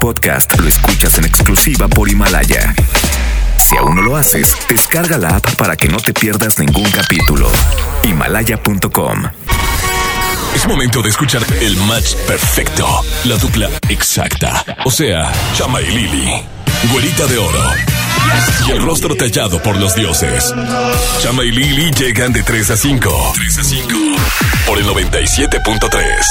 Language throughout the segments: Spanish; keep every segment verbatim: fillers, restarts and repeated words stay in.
podcast lo escuchas en exclusiva por Himalaya. Si aún no lo haces, descarga la app para que no te pierdas ningún capítulo. Himalaya punto com. Es momento de escuchar el match perfecto, la dupla exacta, o sea, Chama y Lili, güerita de oro y el rostro tallado por los dioses. Chama y Lili llegan de tres a cinco tres a cinco por el noventa y siete punto tres.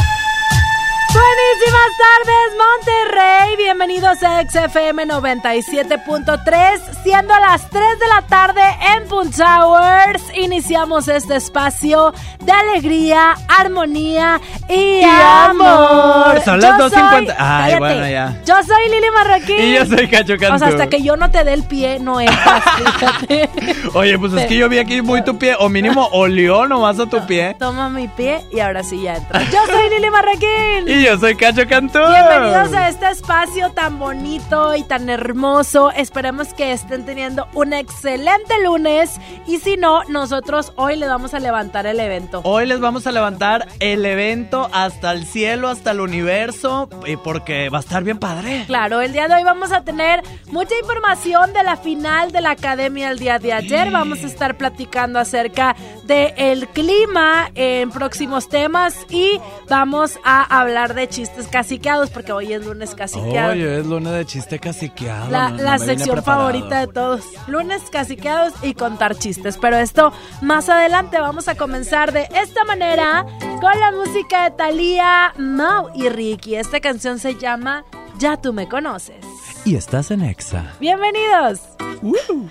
Buenísimas tardes, Monterrey. Bienvenidos a X F M noventa y siete punto tres. Siendo las tres de la tarde en Punch Hours, iniciamos este espacio de alegría, armonía y, y amor. amor. Son las dos cincuenta. Ay, cállate. Bueno, ya. Yo soy Lili Marroquín. Y yo soy Cacho Cantú. O sea, hasta que yo no te dé el pie, no entras, fíjate. Oye, pues es que yo vi aquí muy tu pie, o mínimo olió nomás a tu pie. Toma mi pie y ahora sí ya entras. Yo soy Lili Marroquín. Y yo soy Cacho Cantú. Bienvenidos a este espacio tan bonito y tan hermoso. Esperemos que estén teniendo un excelente lunes. Y si no, nosotros hoy les vamos a levantar el evento. Hoy les vamos a levantar el evento hasta el cielo, hasta el universo, porque va a estar bien padre. Claro, el día de hoy vamos a tener mucha información de la final de la academia el día de ayer. Vamos a estar platicando acerca del clima en próximos temas y vamos a hablar de chistes caciqueados, porque hoy es lunes caciqueado. Oye, es lunes de chiste caciqueado. La, no, la no sección favorita de todos. Lunes caciqueados y contar chistes. Pero esto más adelante. Vamos a comenzar de esta manera con la música de Thalía, Mau y Ricky. Esta canción se llama Ya tú me conoces. Y estás en Exa. Bienvenidos. Uh.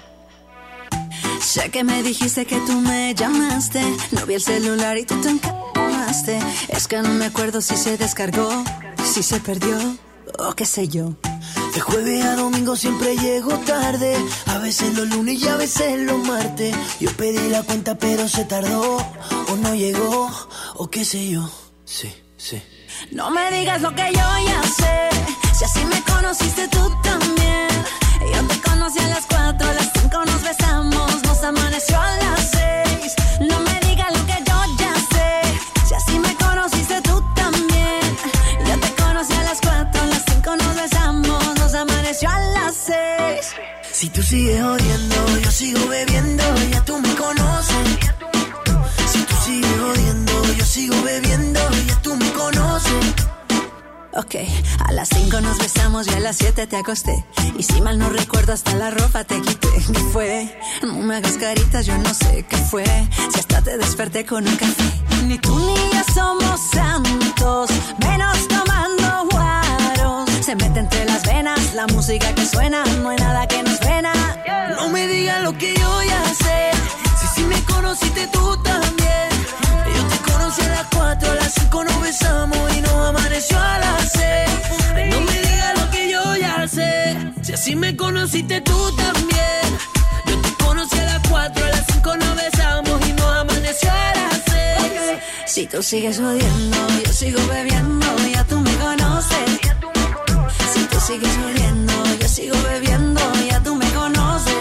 Sé que me dijiste que tú me llamaste, no vi el celular y tú te encamaste. Es que no me acuerdo si se descargó, si se perdió o qué sé yo. De jueves a domingo siempre llego tarde, a veces los lunes y a veces los martes. Yo pedí la cuenta pero se tardó, o no llegó, o qué sé yo. Sí, sí. No me digas lo que yo ya sé, si así me conociste tú también. Yo te conocí a las cuatro, a las cinco nos besamos, nos amaneció a las seis. No me digas lo que yo ya sé, si así me conociste tú también. Yo te conocí a las cuatro, a las cinco nos besamos, nos amaneció a las seis. Si tú sigues odiando, yo sigo bebiendo, ya tú me conoces. Si tú sigues odiando, yo sigo bebiendo, ya tú me conoces. Ok, a las cinco nos besamos y a las siete te acosté. Y si mal no recuerdo hasta la ropa te quité. ¿Qué fue? No me hagas caritas, yo no sé qué fue. Si hasta te desperté con un café. Ni tú ni yo somos santos, menos tomando guaros. Se mete entre las venas la música que suena, no hay nada que nos frena. No me digas lo que yo ya sé, si sí me conociste tú también. Yo te conocí a las cuatro, a las cinco nos besamos y nos amaneció a las seis. No me digas lo que yo ya sé, si así me conociste tú también. Yo te conocí a las cuatro, a las cinco nos besamos y nos amaneció a las seis. Si tú sigues odiando, yo sigo bebiendo, ya tú me conoces. Si tú sigues odiando, yo sigo bebiendo, ya tú me conoces.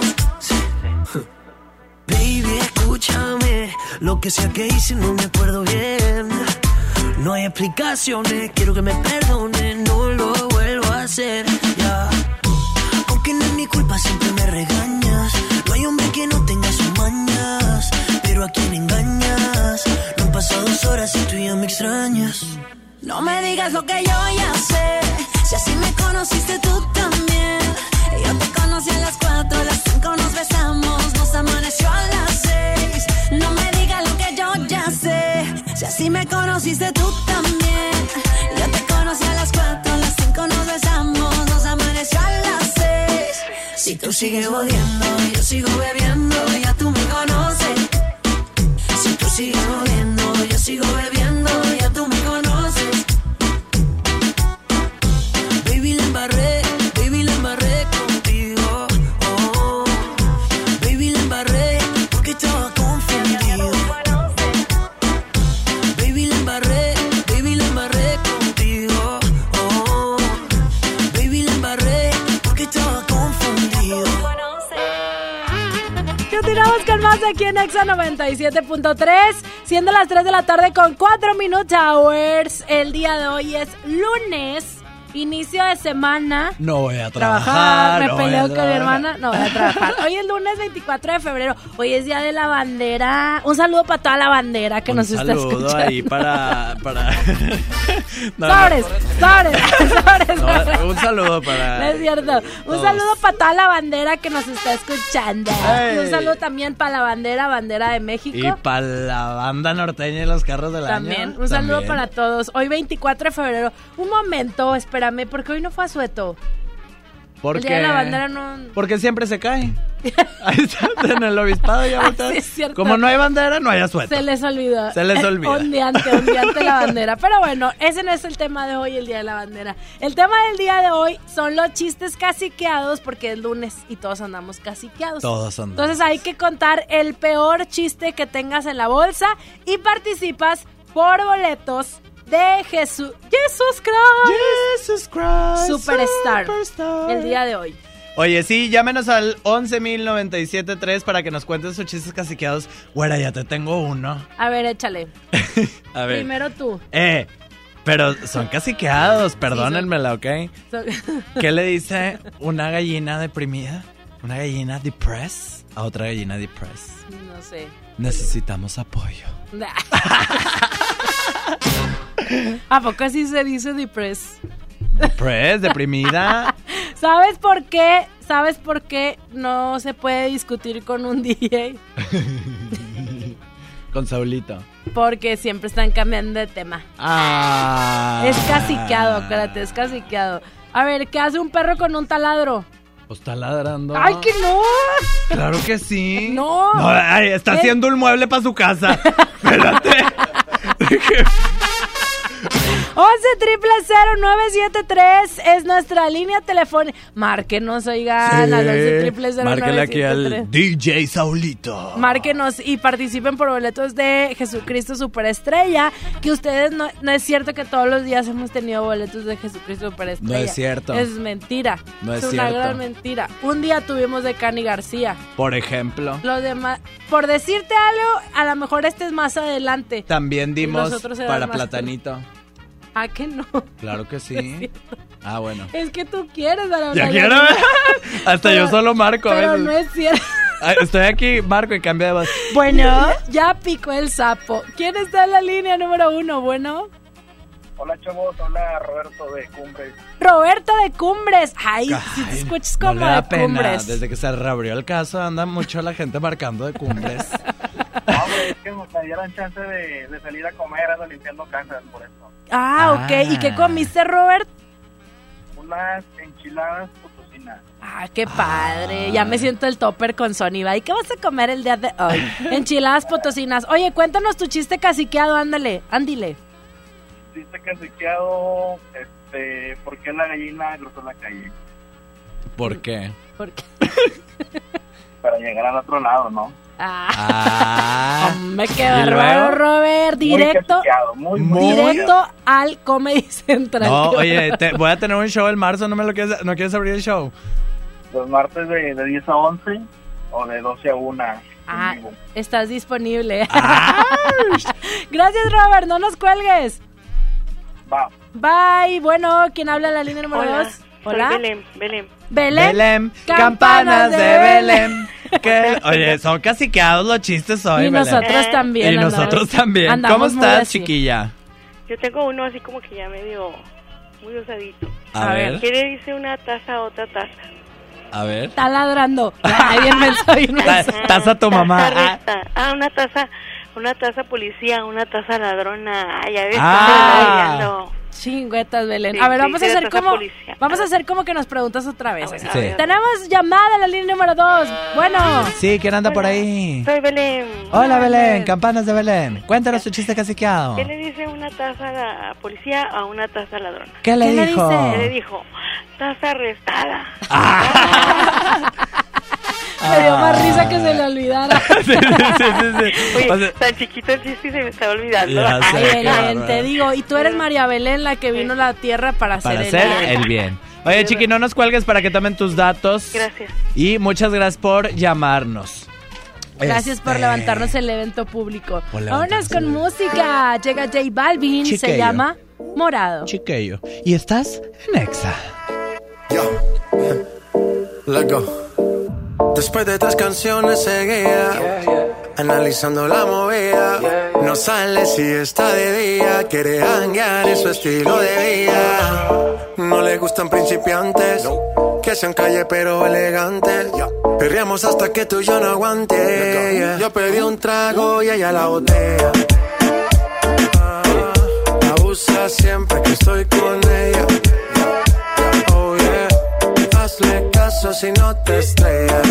Baby, escúchame, lo que sea que hice no me acuerdo bien. No hay explicaciones, quiero que me perdones, no lo vuelvo a hacer, ya. Yeah. Aunque no es mi culpa, siempre me regañas. No hay hombre que no tenga sus mañas, pero a quién engañas. No han pasado dos horas y tú ya me extrañas. No me digas lo que yo ya sé, si así me conociste tú también. Yo te conocí a las cuatro, a las cinco nos besamos, nos amaneció a las seis. No me digas lo que yo ya sé, si así me conociste tú también. Yo te conocí a las cuatro, a las cinco nos besamos, nos amaneció a las seis. Si tú sigues odiando, yo sigo bebiendo, ya tú me conoces. Si tú sigues odiando, yo sigo bebiendo, ya tú me conoces. Baby, la embarré, baby, la embarré contigo. Oh, baby, la embarré porque estaba confundido. Baby, la embarré, baby, la embarré contigo. Oh, baby, la embarré porque estaba confundido. Continuamos con más aquí en Exa noventa y siete punto tres, siendo las tres de la tarde con cuatro Minute Hours. El día de hoy es lunes inicio de semana. No voy a Trabajar, trabajar. me no voy a peleo con mi trabajar. hermana, no voy a trabajar. Hoy es lunes veinticuatro de febrero, hoy es día de la bandera. Un saludo para toda la bandera que Un nos está saludo escuchando. ahí para... para... No, Sobres, sobres, sobres, no, sobres. no, un saludo para... No es cierto. Un todos. saludo para toda la bandera que nos está escuchando. Hey. Y un saludo también para la bandera, bandera de México. Y para la banda norteña y los carros del También, año. un saludo También. para todos. Hoy veinticuatro de febrero. Un momento, espérame, porque hoy no fue asueto. ¿Por El qué? día de la bandera no... Porque siempre se cae. Ahí está, en el obispado ya Ah, voltea. sí, es cierto. Como no hay bandera, no hay asueto. Se les olvidó. Se les olvida. Ondeante, ondeante la bandera. Pero bueno, ese no es el tema de hoy, el día de la bandera. El tema del día de hoy son los chistes caciqueados, porque es lunes y todos andamos caciqueados. Todos andamos. Entonces hay que contar el peor chiste que tengas en la bolsa y participas por boletos de Jesús. ¡Jesús Christ! Jesus Christ. Superstar. Superstar. El día de hoy. Oye, sí, llámenos al once mil noventa y siete tres para que nos cuentes sus chistes caciqueados. Güera, ya te tengo uno. A ver, échale. A ver. Primero tú. Eh, pero son caciqueados, perdónenmela, ¿ok? So- ¿Qué le dice una gallina deprimida? Una gallina depressed a otra gallina depressed. No sé. Necesitamos apoyo. ¿A poco así se dice depress? Depressed, deprimida. ¿Sabes por qué? ¿Sabes por qué no se puede discutir con un D J? Con Saulito. Porque siempre están cambiando de tema. Ah. Es caciqueado, acuérdate, es caciqueado. A ver, ¿qué hace un perro con un taladro? Pues está ladrando. ¡Ay, que no! Claro que sí. No. No, ay, está ¿Qué? haciendo un mueble para su casa. Espérate. once triple cero nueve siete tres es nuestra línea telefónica. Márquenos, oigan, al once triple cero Márquele nueve aquí siete al tres. D J Saulito. Márquenos y participen por boletos de Jesucristo Superestrella. Que ustedes no, no es cierto que todos los días hemos tenido boletos de Jesucristo Superestrella. No es cierto. Es mentira. No es una cierto. gran mentira. Un día tuvimos de Cani García. Por ejemplo. Los demás, por decirte algo, a lo mejor este es más adelante. También dimos los otros eran para más- Platanito. ¿Ah, que no? Claro que Es sí. cierto. Ah, bueno. Es que tú quieres, Ana Ya Blanca. quiero ver. Hasta Pero- yo solo marco a Pero veces. no es cierto. Ay, estoy aquí, marco y cambio de voz. Bueno, ya picó el sapo. ¿Quién está en la línea número uno? Bueno, Hola chavos, hola Roberto de Cumbres. Roberto de Cumbres. Ay, si te Ay, escuchas no como le da de pena. Cumbres. Desde que se reabrió el caso anda mucho la gente marcando de Cumbres. No, hombre, es que me dieron chance de, de salir a comer, ando limpiando casas, por eso. Ah, ok. ¿Y qué Ah. comiste, Robert? Unas enchiladas potosinas. Ah, qué padre. Ya me siento el topper con Sony. ¿Y qué vas a comer el día de hoy? Enchiladas potosinas. Oye, cuéntanos tu chiste caciqueado, ándale, ándile. Dice que se quedó, este, ¿por qué la gallina cruzó la calle? ¿Por qué? Porque... Para llegar al otro lado, ¿no? Ah, Ah. me ¿Y quedó luego? raro, Robert. Muy Directo, caciqueado, muy, muy Muy- directo al Comedy Central. No, Qué oye, bueno. te- voy a tener un show en marzo, ¿no me lo quieres, no quieres abrir el show? Los martes de, de diez a once o de doce a una. Ah, en vivo. estás disponible. Ah. Gracias, Robert. No nos cuelgues. Va. Bye. Bueno, ¿quién habla en la línea número Hola, dos? soy Hola. Belén, Belén. Belén. Belén, campanas de Belén. Que- oye, son caciqueados los chistes hoy, Y Belén. nosotros también. Y andamos- nosotros también. andamos ¿Cómo muy estás, así. chiquilla? Yo tengo uno así como que ya medio muy osadito. A, A ver, ver. ¿Qué le dice una taza a otra taza? a ver. Está ladrando. Ay, bien menso, bien menso. Ta- Taza a tu mamá. Taza Ah, resta. Ah, una taza, una taza policía, una taza ladrona. Ay, ya ves, Ah. ah. Chingüetas, Belén. Sí, A ver, sí, vamos a sí, hacer la taza como policía. vamos a hacer como que nos preguntas otra vez. A ver, así. a ver. Tenemos llamada a la línea número dos. Bueno, Sí, ¿quién anda por ahí? Soy Belén. Hola, Belén, Belén. campanas de Belén. Cuéntanos tu chiste caciqueado. ¿Qué le dice una taza a la policía a una taza ladrona? ¿Qué le ¿Qué le dijo? dice? ¿Qué le dijo? Taza arrestada. me dio más risa que se le olvidara. sí, sí, sí, sí. Oye, O sea, tan chiquito el chiste y se me está olvidando. Ya sé. Ay, qué Belén, bárbaro. te digo. Y tú eres María Belén, la que vino a la tierra para, Para hacer hacer el... el bien. Oye, chiqui, no nos cuelgues para que tomen tus datos. Gracias. Y muchas gracias por llamarnos. Gracias por Este, levantarnos el evento público. Por Vámonos levantarnos con el- música. Llega J Balvin, se Chiquillo. llama morado. Chiquillo. Y estás en Exa. Yo. Let's go. Después de tres canciones seguidas, yeah, yeah. Analizando la movida, yeah, yeah. No sale si está de día, quiere hanguear en su estilo de vida. No le gustan principiantes, no. Que sean calle pero elegantes, yeah. Perreamos hasta que tú y yo no aguante, yeah. Yo pedí un trago y ella la botella. Ah, abusa siempre que estoy con ella. Oh yeah, hazle caso si no te estrellas.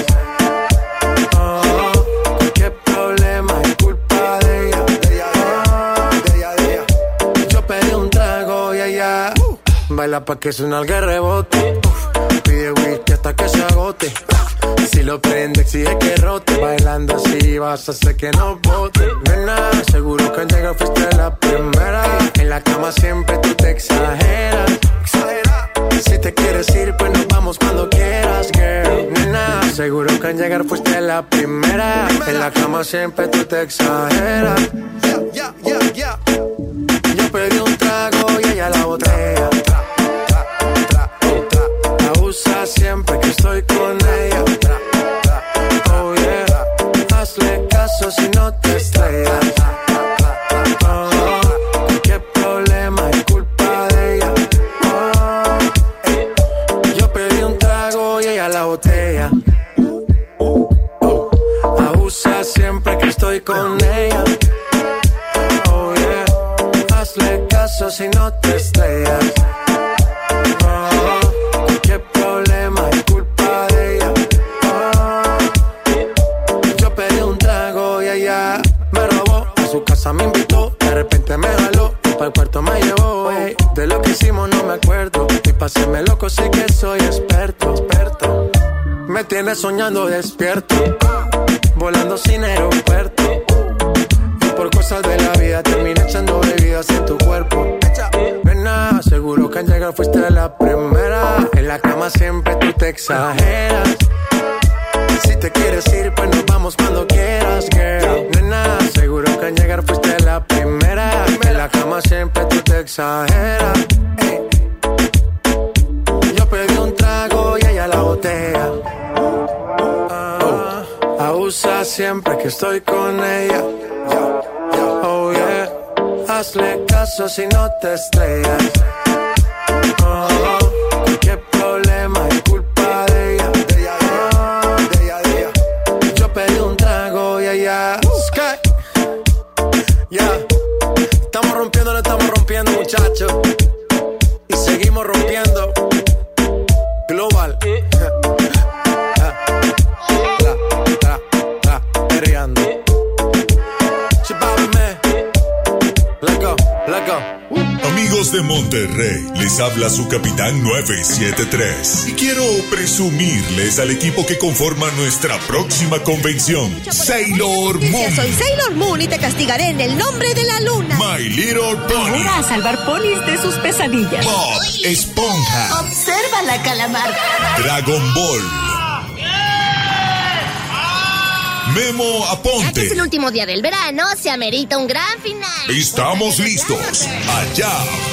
Baila pa' que suena el rebote. Uf, pide whisky hasta que se agote. Si lo prende, exige que rote. Bailando así vas a hacer que no bote. Nena, seguro que al llegar fuiste la primera. En la cama siempre tú te exageras. Exagera. Si te quieres ir, pues nos vamos cuando quieras, girl. Nena, seguro que al llegar fuiste la primera. En la cama siempre tú te exageras. Yeah, yeah, yeah, yeah. Yo pedí un trago y ella la botella. Abusa siempre que estoy con ella. Oh yeah, hazle caso si no te estrellas. Oh, qué problema es culpa de ella. Oh, yo pedí un trago y ella la botella. Oh, abusa siempre que estoy con ella. Oh yeah, hazle caso si no te estrellas. Me invitó, de repente me jaló y para el cuarto me llevó, ey. De lo que hicimos no me acuerdo y pa' hacerme loco sí que soy experto, experto. Me tienes soñando despierto, volando sin aeropuerto. Y por cosas de la vida terminé echando bebidas en tu cuerpo. Nena, seguro que al llegar fuiste la primera. En la cama siempre tú te exageras. Si te quieres ir, pues nos vamos cuando quieras, girl. Nena, seguro que al llegar fuiste la primera. En la cama siempre tú te exageras. Ey. Yo pedí un trago y ella la botella. Ah, abusa siempre que estoy con ella. Oh yeah, hazle caso si no te estrellas. Oh, qué problema es culpa de ella. Yeah, Sky. Yeah. Estamos rompiendo, no estamos rompiendo, muchachos. Y seguimos rompiendo. Global. Perreando. Let's go, let's go. Amigos de Monterrey, les habla su capitán nueve siete tres. Y quiero presumirles al equipo que conforma nuestra próxima convención, Sailor Moon. Soy Sailor Moon y te castigaré en el nombre de la luna. My Little Pony. Ahora a salvar ponis de sus pesadillas. Bob Esponja. Observa la calamar. Dragon Ball. Memo Aponte. Ya que es el último día del verano, se amerita un gran final. Estamos listos. Allá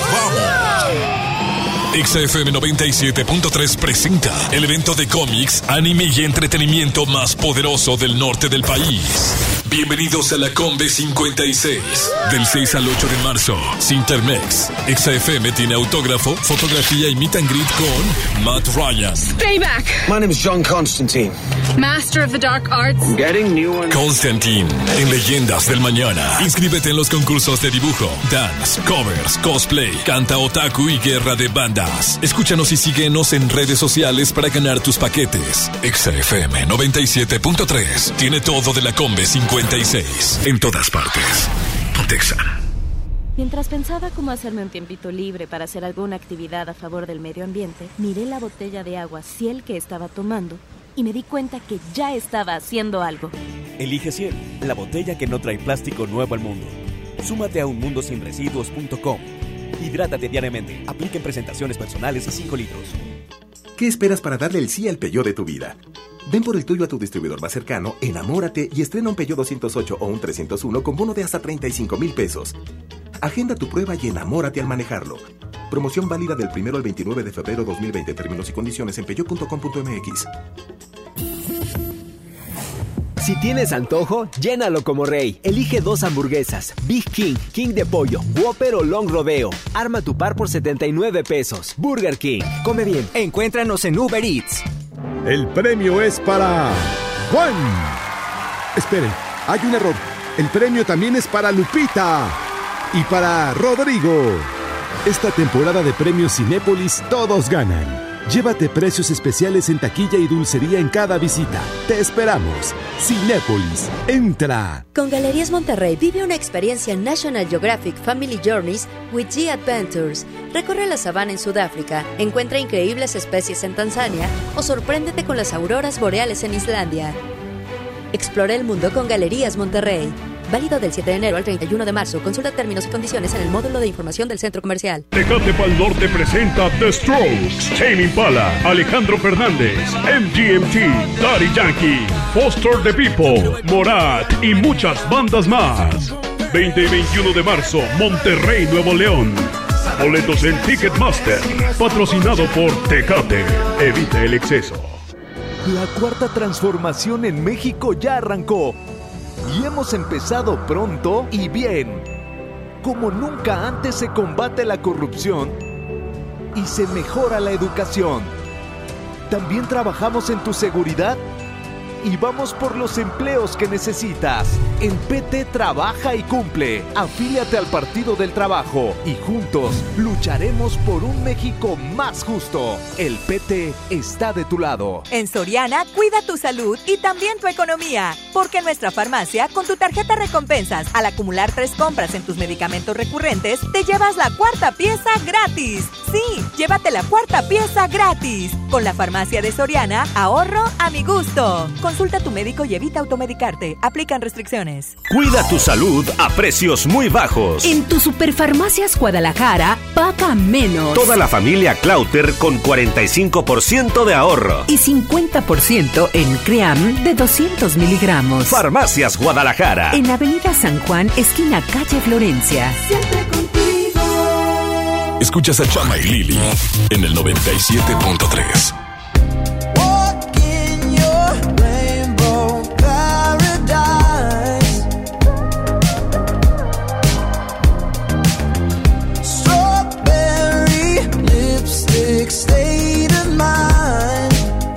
vamos. Exa F M noventa y siete punto tres presenta el evento de cómics, anime y entretenimiento más poderoso del norte del país. Bienvenidos a la Combe cincuenta y seis. Del seis al ocho de marzo, Cintermex. Exa F M tiene autógrafo, fotografía y meet and greet con Matt Ryan. Payback. My name is John Constantine. Master of the Dark Arts. I'm getting new ones. Constantine, en Leyendas del Mañana. Inscríbete en los concursos de dibujo, dance, covers, cosplay, canta otaku y guerra de bandas. Escúchanos y síguenos en redes sociales para ganar tus paquetes. Exa F M noventa y siete punto tres tiene todo de la Combe cincuenta y seis. En todas partes. Ponte Exa. Mientras pensaba cómo hacerme un tiempito libre para hacer alguna actividad a favor del medio ambiente, miré la botella de agua Ciel que estaba tomando y me di cuenta que ya estaba haciendo algo. Elige Ciel, la botella que no trae plástico nuevo al mundo. Súmate a un mundo sin residuos punto com. Hidrátate diariamente. Apliquen presentaciones personales y cinco litros. ¿Qué esperas para darle el sí al Peugeot de tu vida? Ven por el tuyo a tu distribuidor más cercano, enamórate y estrena un Peugeot doscientos ocho o un trescientos uno con bono de hasta treinta y cinco mil pesos. Agenda tu prueba y enamórate al manejarlo. Promoción válida del primero al veintinueve de febrero dos mil veinte. Términos y condiciones en peugeot punto com punto m x. Si tienes antojo, llénalo como rey. Elige dos hamburguesas, Big King, King de pollo, Whopper o Long Rodeo. Arma tu par por setenta y nueve pesos. Burger King. Come bien. Encuéntranos en Uber Eats. El premio es para Juan. Esperen, hay un error. El premio también es para Lupita y para Rodrigo. Esta temporada de premios Cinépolis todos ganan. Llévate precios especiales en taquilla y dulcería en cada visita. Te esperamos. Cinépolis, entra. Con Galerías Monterrey vive una experiencia National Geographic Family Journeys with G Adventures. Recorre la sabana en Sudáfrica, encuentra increíbles especies en Tanzania o sorpréndete con las auroras boreales en Islandia. Explora el mundo con Galerías Monterrey. Válido del siete de enero al treinta y uno de marzo. Consulta términos y condiciones en el módulo de información del centro comercial. Tecate Pal Norte presenta The Strokes, Tame Impala, Alejandro Fernández, M G M T, Daddy Yankee, Foster the People, Morat y muchas bandas más. veinte y veintiuno de marzo, Monterrey, Nuevo León. Boletos en Ticketmaster. Patrocinado por Tecate. Evita el exceso. La cuarta transformación en México ya arrancó. Y hemos empezado pronto y bien. Como nunca antes se combate la corrupción y se mejora la educación. También trabajamos en tu seguridad y vamos por los empleos que necesitas. En P T trabaja y cumple. Afíliate al Partido del Trabajo y juntos lucharemos por un México más justo. El P T está de tu lado. En Soriana, cuida tu salud y también tu economía. Porque en nuestra farmacia, con tu tarjeta recompensas, al acumular tres compras en tus medicamentos recurrentes, te llevas la cuarta pieza gratis. Sí, llévate la cuarta pieza gratis. Con la farmacia de Soriana, ahorro a mi gusto. Consulta a tu médico y evita automedicarte. Aplican restricciones. Cuida tu salud a precios muy bajos. En tu Superfarmacias Guadalajara, paga menos. Toda la familia Clauter con cuarenta y cinco por ciento de ahorro. Y cincuenta por ciento en Cream de doscientos miligramos. Farmacias Guadalajara. En Avenida San Juan, esquina calle Florencia. Siempre contigo. Escuchas a Chama y Lili en el noventa y siete punto tres. State of mind.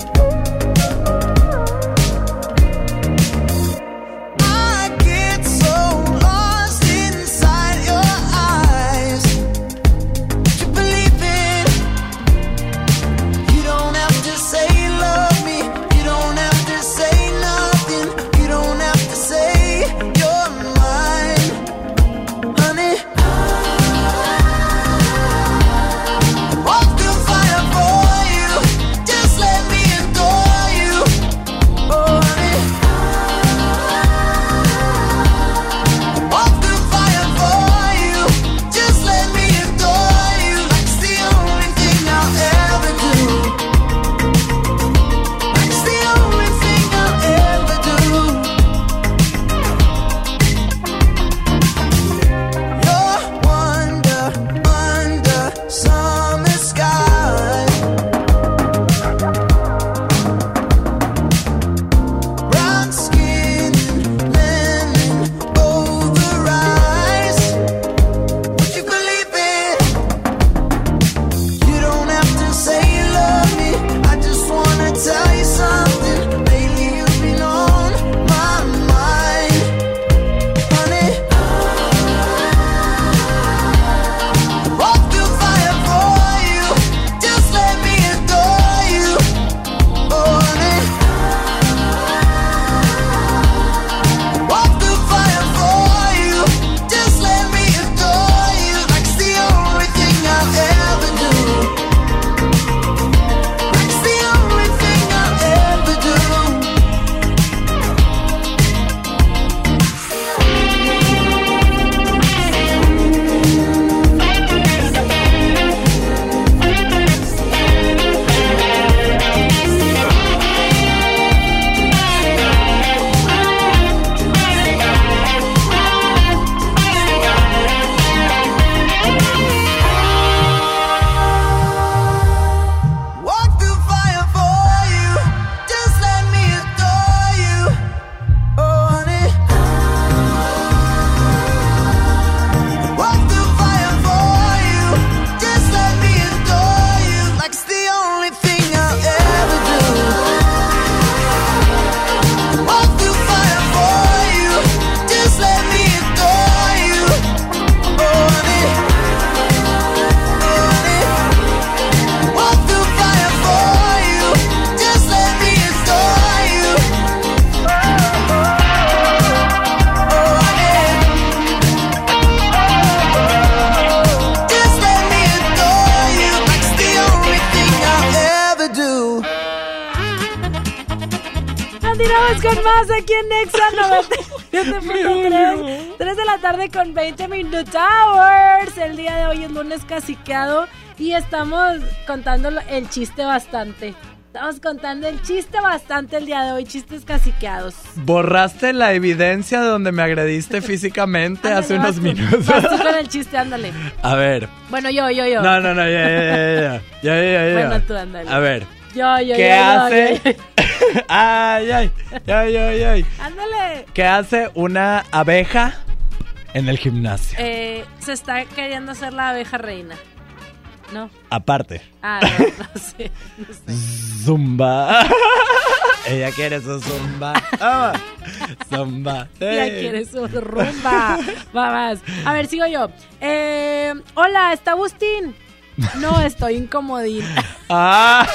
I get so lost inside your eyes. You believe it. You don't have to say Continuamos con más aquí en Nexa noventa y siete punto tres. tres de la tarde con veinte minutos hours. El día de hoy es lunes caciqueado y estamos contando el chiste bastante. Estamos contando el chiste bastante el día de hoy, chistes caciqueados. Borraste la evidencia de donde me agrediste físicamente Ándale, hace unos tú, minutos. Vas tú con el chiste, ándale. A ver. Bueno, yo, yo, yo. No, no, no, ya, ya, ya, ya, ya, ya, ya. Bueno, tú, ándale. A ver. Yo, yo, ¿Qué yo, hace? yo, yo. Ay, ay, ay, ay, ay. Ándale. ¿Qué hace una abeja en el gimnasio? Eh, se está queriendo hacer la abeja reina. ¿No? Aparte. Ah, no, no sé, no sé. Zumba. Ella quiere su zumba. Ah, zumba. Ella quiere su rumba. Vamos. A ver, sigo yo. Eh, hola, ¿está Agustín? No, estoy incomodín. Ah.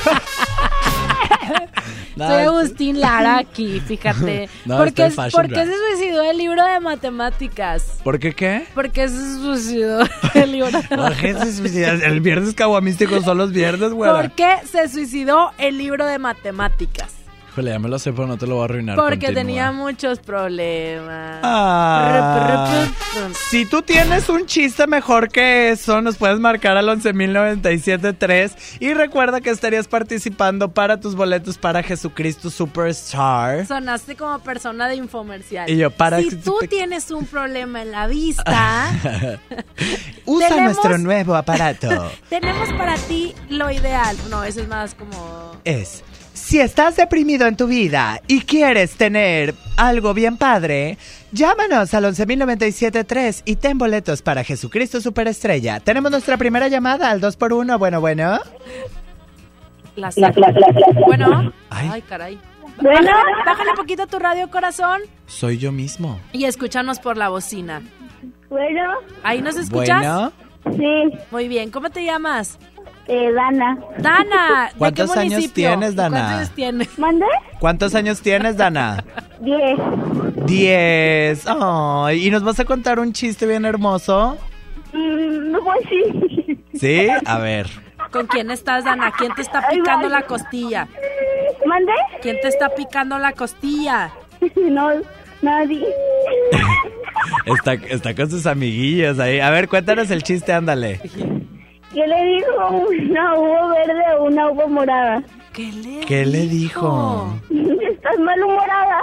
Soy Agustín Lara aquí, fíjate. No, ¿Por qué, está en ¿por Fashion qué Drive. se suicidó el libro de matemáticas? ¿Por qué qué? ¿Por qué se suicidó el libro de ¿Por qué se suicida? El viernes caguamístico son los viernes, güey. ¿Por qué se suicidó el libro de matemáticas? Híjole, ya me lo sé, pero no te lo voy a arruinar. Porque Continúa. tenía muchos problemas. Ah, si tú tienes un chiste mejor que eso, nos puedes marcar al once mil noventa y siete tres. Y recuerda que estarías participando para tus boletos para Jesucristo Superstar. Sonaste como persona de infomercial. Y yo, para si que- tú tienes un problema en la vista, Usa tenemos- nuestro nuevo aparato. tenemos para ti lo ideal. No, eso es más como... Es, si estás deprimido en tu vida y quieres tener algo bien padre, llámanos al once mil noventa y siete tres y ten boletos para Jesucristo Superestrella. Tenemos nuestra primera llamada al dos por uno. Bueno, bueno. La La- la- la- la- Bueno. Ay. Ay, caray. Bueno. Bájale, bájale un poquito tu radio, corazón, Soy yo mismo. y escúchanos por la bocina. Bueno. ¿Ahí nos escuchas? Bueno. Sí. Muy bien. ¿Cómo te llamas? Eh, Dana. Dana. ¿De qué ¿Cuántos años municipio? tienes, Dana? ¿Cuántos años tienes? ¿Mande? ¿Cuántos años tienes, Dana? Diez. Diez. Ay, ¿y nos vas a contar un chiste bien hermoso? Mm, pues sí. ¿Sí? A ver. ¿Con quién estás, Dana? ¿Quién te está picando la costilla? ¿Mande? ¿Quién te está picando la costilla? No, nadie. Está, está con sus amiguillos ahí. A ver, cuéntanos el chiste, ándale. ¿Qué le dijo una uva verde a una uva morada? ¿Qué le ¿Qué le dijo? Estás malhumorada.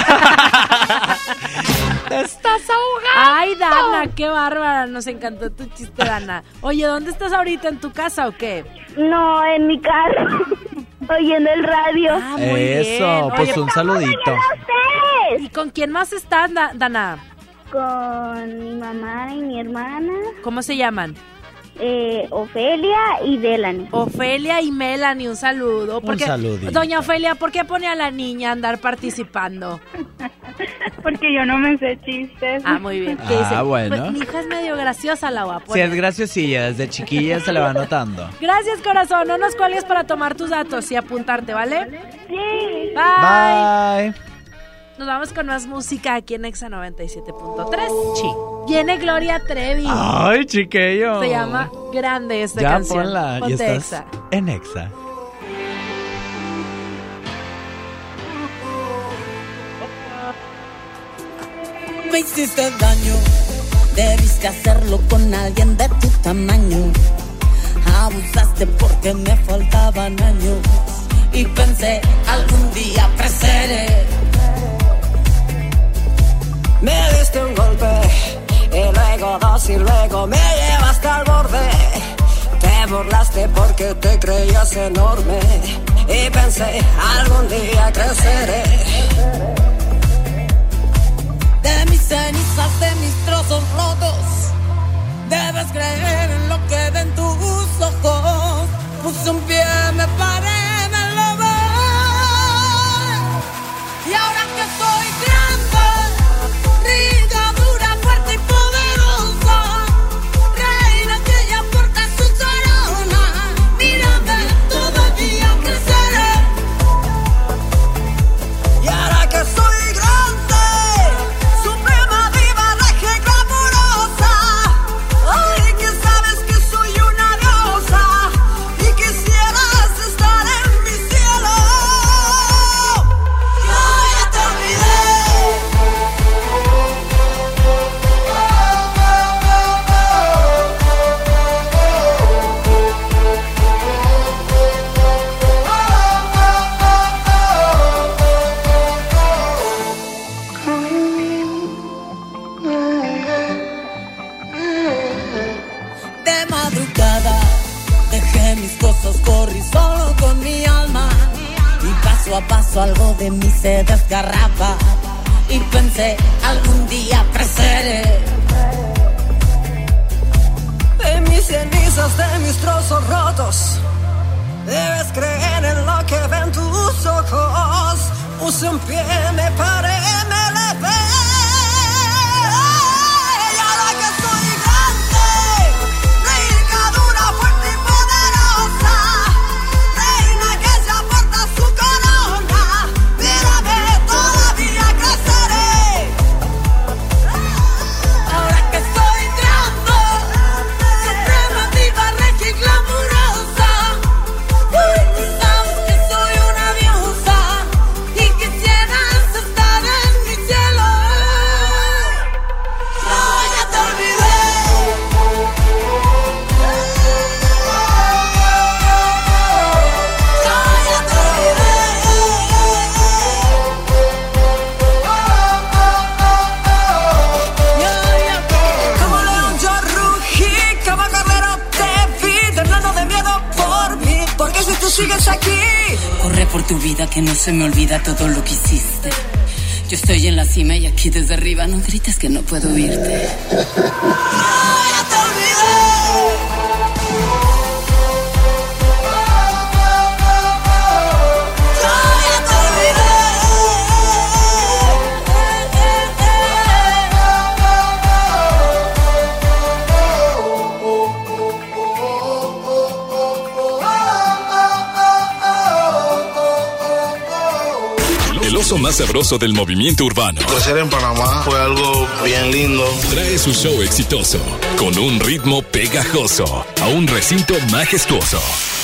¡Te estás ahogando! Ay, Dana, qué bárbara. Nos encantó tu chiste, Dana. Oye, ¿dónde estás ahorita? ¿En tu casa o qué? No, en mi carro. Oyendo el radio. Ah, muy Eso, bien. pues Oye, un saludito. ¿y con quién más estás, Da- Dana? Con mi mamá y mi hermana. ¿Cómo se llaman? Eh, Ofelia y Delany. Ofelia y Melanie, un saludo. Un Porque, saludito. Doña Ofelia, ¿por qué pone a la niña a andar participando? Porque yo no me sé chistes. Ah, muy bien. ¿Qué Ah, dice? bueno. Pues, mi hija es medio graciosa, la voy a Si poner. es graciosilla, desde chiquilla se le va notando. Gracias, corazón. No nos cuelgues para tomar tus datos y apuntarte, ¿vale? Sí. Bye. Bye. Nos vamos con más música aquí en Exa noventa y siete punto tres. Viene Gloria Trevi. Ay, chiquillo. Se llama Grande esta Ya canción. ponla, Ponte y estás Exa. en Exa. Me hiciste daño, debiste hacerlo con alguien de tu tamaño. Abusaste porque me faltaban años y pensé algún día creceré. Me diste un golpe y luego dos y luego me llevaste al borde. Te burlaste porque te creías enorme y pensé algún día creceré. De mis cenizas, de mis trozos rotos, debes creer en lo que ven tus ojos. Puse un pie, me paré, me lo voy. Y ahora que soy grande, rica, dura, fuerte y poderosa, reina que ya porta su corona, mírame, todavía creceré. Y ahora que soy grande, suprema diva, regia y glamurosa, ay, que sabes que soy una diosa y quisieras estar en mi cielo. Ay, paso a paso algo de mí se desgarraba y pensé algún día creceré. De mis cenizas, de mis trozos rotos, debes creer en lo que ven tus ojos. Puse un pie, me paré, me levé. Y ahora que soy grande, rica, dura, fuerte y poderosa, reina que se aporta su corona, mírame, todavía creceré. Ahora que soy grande, suprema, viva, regia y glamurosa, tú sabes que soy una diosa y quisieras estar en mi cielo. No, ya te olvidé. No, ya te olvidé. Como león yo rugí, como cordero te vi, temblando de miedo por mí, porque si tú sigues aquí. Corre por tu vida que no se me olvida todo lo que hiciste. Yo estoy en la cima y aquí desde arriba no grites que no puedo oírte. El oso más sabroso del movimiento urbano. Crecer en Panamá fue algo bien lindo. Trae su show exitoso con un ritmo pegajoso a un recinto majestuoso.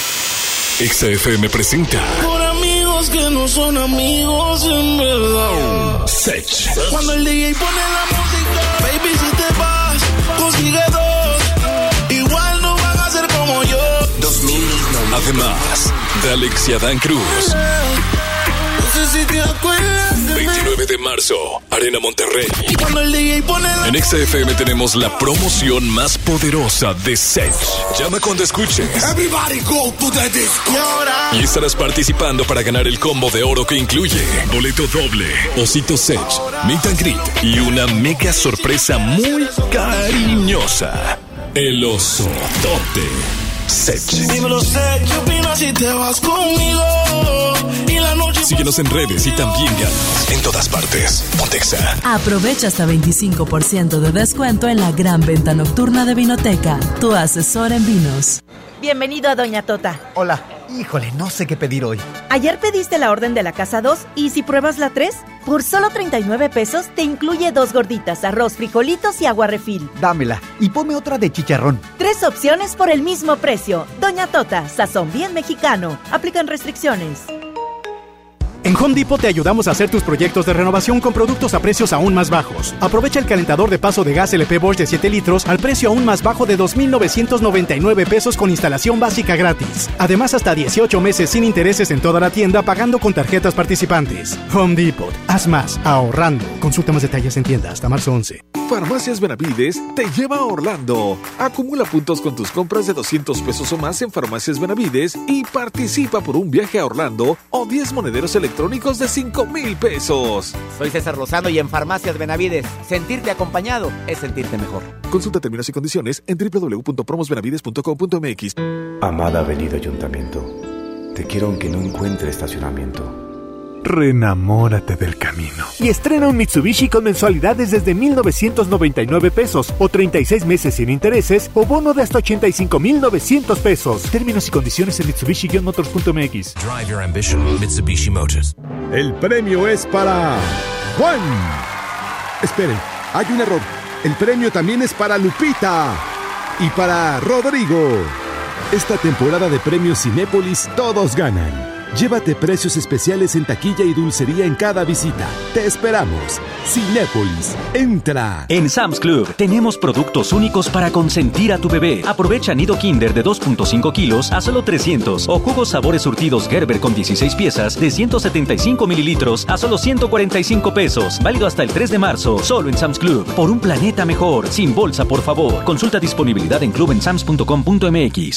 X F M presenta Por amigos que no son amigos en verdad. Sech. Cuando el D J pone la música, baby, si te vas, consigue dos. Igual no van a ser como yo. dos mil. Además, de Alex y Adán Cruz. No sé si te acuerdas de mí. veintinueve de marzo, Arena Monterrey. Cuando el D J pone la... En X F M tenemos la promoción más poderosa de Sech. Llama cuando escuches. Everybody go to the disco. Y ahora... Y estarás participando para ganar el combo de oro que incluye boleto doble, osito Sech, meet and greet y una mega sorpresa muy cariñosa. El osotote Sech. Dímelo, Sech, ¿qué opinas si te vas conmigo? Y la noche... Síguenos en redes y también ganas en todas partes. Pontexa. Aprovecha hasta veinticinco por ciento de descuento en la gran venta nocturna de Vinoteca, tu asesor en vinos. Bienvenido a Doña Tota. Hola. Híjole, no sé qué pedir hoy. Ayer pediste la orden de la casa dos y si pruebas la tres, por solo treinta y nueve pesos te incluye dos gorditas, arroz, frijolitos y agua refil. Dámela y ponme otra de chicharrón. Tres opciones por el mismo precio. Doña Tota, sazón bien mexicano. Aplican restricciones. En Home Depot te ayudamos a hacer tus proyectos de renovación con productos a precios aún más bajos. Aprovecha el calentador de paso de gas L P Bosch de siete litros al precio aún más bajo de dos mil novecientos noventa y nueve pesos con instalación básica gratis. Además, hasta dieciocho meses sin intereses en toda la tienda pagando con tarjetas participantes. Home Depot. Haz más ahorrando. Consulta más detalles en tienda hasta marzo once. Farmacias Benavides te lleva a Orlando. Acumula puntos con tus compras de doscientos pesos o más en Farmacias Benavides y participa por un viaje a Orlando o diez monederos electrónicos de cinco mil pesos. Soy César Lozano y en Farmacias Benavides, sentirte acompañado es sentirte mejor. Consulta términos y condiciones en doble u doble u doble u punto promos benavides punto com punto m x. Amada Avenida Ayuntamiento, te quiero aunque no encuentre estacionamiento. Renamórate del camino. Y estrena un Mitsubishi con mensualidades desde mil novecientos noventa y nueve pesos o treinta y seis meses sin intereses o bono de hasta ochenta y cinco mil novecientos pesos. Términos y condiciones en Mitsubishi Motors punto m x. Drive your ambition, Mitsubishi Motors. El premio es para Juan. Esperen, hay un error. El premio también es para Lupita y para Rodrigo. Esta temporada de premios Cinépolis todos ganan. Llévate precios especiales en taquilla y dulcería en cada visita. Te esperamos. Cinépolis, entra. En Sam's Club tenemos productos únicos para consentir a tu bebé. Aprovecha nido Kinder de dos punto cinco kilos a solo trescientos o jugos sabores surtidos Gerber con dieciséis piezas de ciento setenta y cinco mililitros a solo ciento cuarenta y cinco pesos. Válido hasta el tres de marzo, solo en Sam's Club. Por un planeta mejor, sin bolsa, por favor. Consulta disponibilidad en club en sams punto com punto m x.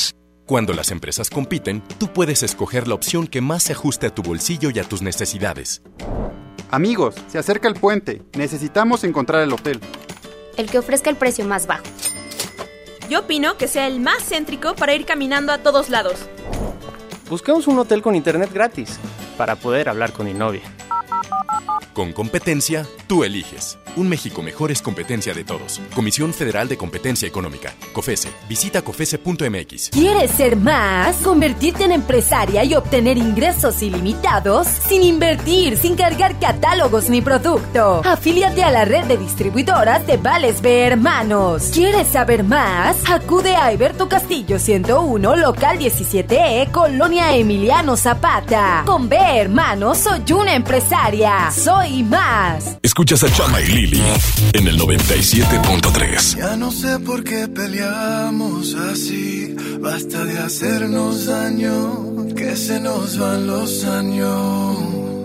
Cuando las empresas compiten, tú puedes escoger la opción que más se ajuste a tu bolsillo y a tus necesidades. Amigos, se acerca el puente. Necesitamos encontrar el hotel. El que ofrezca el precio más bajo. Yo opino que sea el más céntrico para ir caminando a todos lados. Busquemos un hotel con internet gratis para poder hablar con mi novia. Con competencia, tú eliges. Un México mejor es competencia de todos. Comisión Federal de Competencia Económica. COFESE. Visita cofese punto m x. ¿Quieres ser más? ¿Convertirte en empresaria y obtener ingresos ilimitados? Sin invertir, sin cargar catálogos ni producto. Afíliate a la red de distribuidoras de Vales B Hermanos. ¿Quieres saber más? Acude a Alberto Castillo ciento uno, local diecisiete E, Colonia Emiliano Zapata. Con B Hermanos soy una empresaria. Soy más. Escuchas a Chama y Lili en el noventa y siete punto tres. Ya no sé por qué peleamos así. Basta de hacernos daño, que se nos van los años.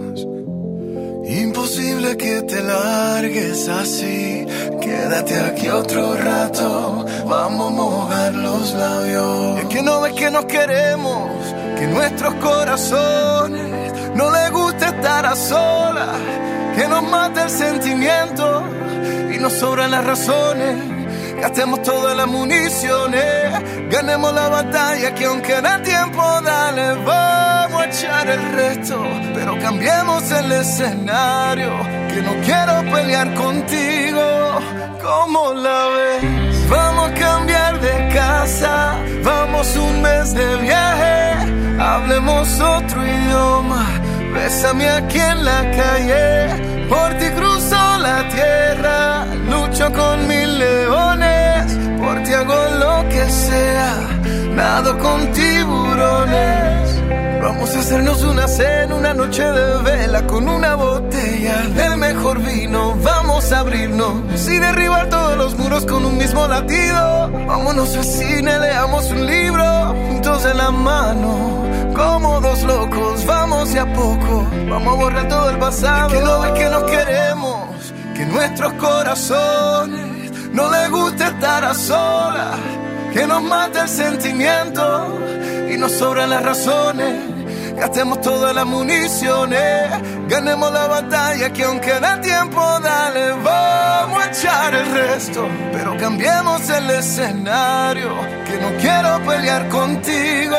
Imposible que te largues así. Quédate aquí otro rato. Vamos a mojar los labios. Es que no ves que nos queremos, que nuestros corazones no les gusta estar a solas, que nos mata el sentimiento y nos sobran las razones. Gastemos todas las municiones, ganemos la batalla que aún queda tiempo, dale, vamos a echar el resto, pero cambiemos el escenario, que no quiero pelear contigo, ¿cómo la ves? Vamos a cambiar de casa, vamos un mes de viaje, hablemos otro idioma, bésame aquí en la calle, por ti cruzo la tierra, lucho con mil leones, por ti hago lo que sea, nado con tiburones. Vamos a hacernos una cena, una noche de vela con una botella del mejor vino. Vamos a abrirnos y derribar todos los muros con un mismo latido. Vámonos al cine, leamos un libro, juntos de la mano, como dos locos. Vamos de a poco, vamos a borrar todo el pasado. Que no ves que nos queremos, que nuestros corazones no les gusta estar a solas, que nos mata el sentimiento y nos sobran las razones. Gastemos todas las municiones, ganemos la batalla que aún queda tiempo, dale, vamos a echar el resto, pero cambiemos el escenario, que no quiero pelear contigo,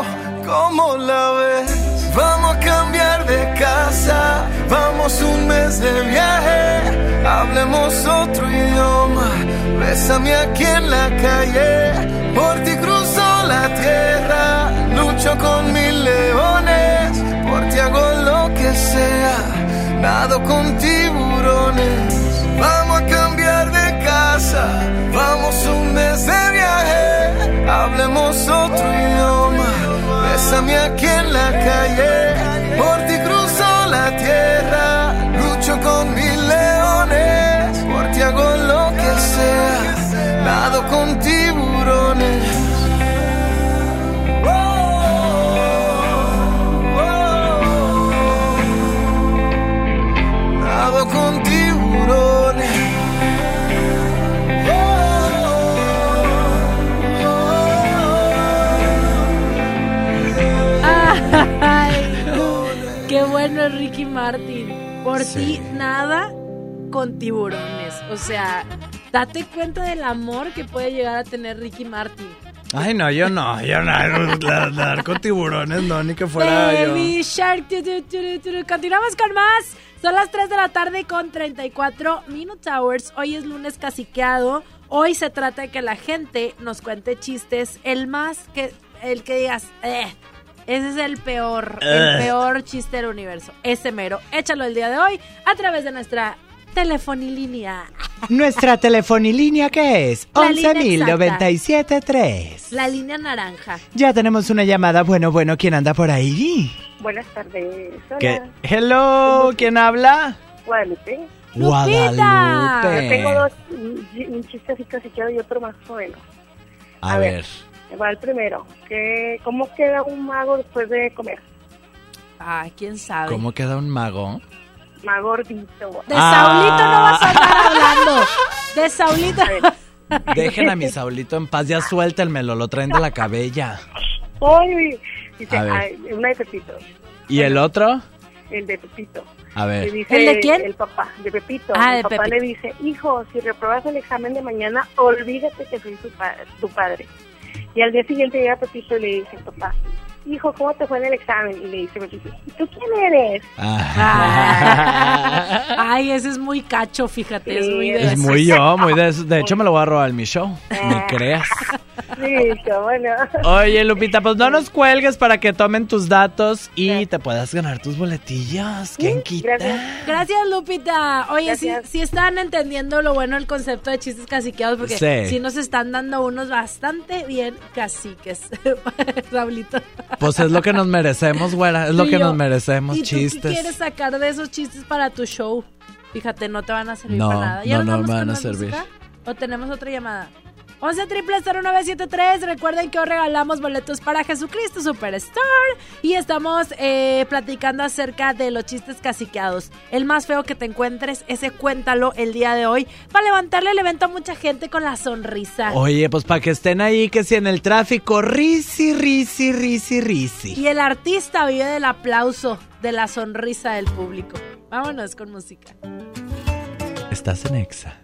¿cómo la ves? Vamos a cambiar de casa, vamos un mes de viaje, hablemos otro idioma, bésame aquí en la calle, por ti cruzo la tierra, lucho con mil leones, por ti hago lo que sea, nado con tiburones. Vamos a cambiar de casa, vamos un mes de viaje, hablemos otro idioma, bésame aquí en la calle, por ti cruzo la tierra, lucho con mil leones, por ti hago lo que sea, nado con tiburones. Nado con tiburones. Ay, qué bueno es Ricky Martin. Por Sí. ti nada con tiburones. O sea, date cuenta del amor que puede llegar a tener Ricky Martin. Ay, no, yo no, yo no, la- nadar con tiburones, no, ni que fuera Baby yo. Shark. Tu, tu, tu, tu, tu. Continuamos con más. Son las tres de la tarde con treinta y cuatro Minute Hours. Hoy es lunes caciqueado. Hoy se trata de que la gente nos cuente chistes. El más que, el que digas, eh, ese es el peor, el Ugh. peor chiste del universo. Ese mero. Échalo el día de hoy a través de nuestra telefonilínea. Nuestra telefonilínea, ¿qué es? La once línea mil exacta. noventa y siete tres. La línea naranja. Ya tenemos una llamada. Bueno, bueno, ¿quién anda por ahí? Buenas tardes. Hola. ¿Qué? Hello, ¿quién habla? Guadalupe. Guadalupe. Yo tengo dos, un, un chistecito si quiero y otro más o menos. A, A ver. ver. Va el primero. ¿Qué, ¿Cómo queda un mago después de comer? Ay, quién sabe. ¿Cómo queda un mago? Más gordito. De Ah. Saulito no vas a andar hablando. De Saulito. Dejen a mi Saulito en paz, ya suéltenmelo, lo traen de la cabella. Ay, dice, A ver. ay, una de Pepito. ¿Y el otro? El de Pepito. A ver. Le dice ¿El de quién? El papá, de Pepito. Ah, el de papá Pepito. le dice, hijo, si repruebas el examen de mañana, olvídate que soy tu, pa- tu padre. Y al día siguiente llega Pepito y le dice, papá, hijo, ¿cómo te fue en el examen? Y le dice Pepito, ¿y tú quién eres? Ay, ese es muy cacho, fíjate. Es muy de Es muy yo, muy de De hecho, me lo voy a robar en mi show. Ni creas. Sí, qué bueno. Oye, Lupita, pues no nos cuelgues para que tomen tus datos y te puedas ganar tus boletillos. ¿Quién quita? Gracias, Lupita. Oye, si Gracias. sí están entendiendo lo bueno del concepto de chistes caciqueados, porque Sí. sí nos están dando unos bastante bien caciques, Raulito. Pues es lo que nos merecemos, güera. Es lo Y que yo, nos merecemos, ¿y tú chistes. qué quieres sacar de esos chistes para tu show? Fíjate, no te van a servir No, para nada. ¿Ya no, nos no vamos me con van a más servir. música? ¿O tenemos otra llamada? once triple cero nueve siete tres. Recuerden que hoy regalamos boletos para Jesucristo Superstar. Y estamos eh, platicando acerca de los chistes caciqueados. El más feo que te encuentres, ese cuéntalo el día de hoy. Para levantarle el evento a mucha gente con la sonrisa. Oye, pues para que estén ahí, que si en el tráfico, risi, risi, risi, risi. Y el artista vive del aplauso, de la sonrisa del público. Vámonos con música. Estás en Exa.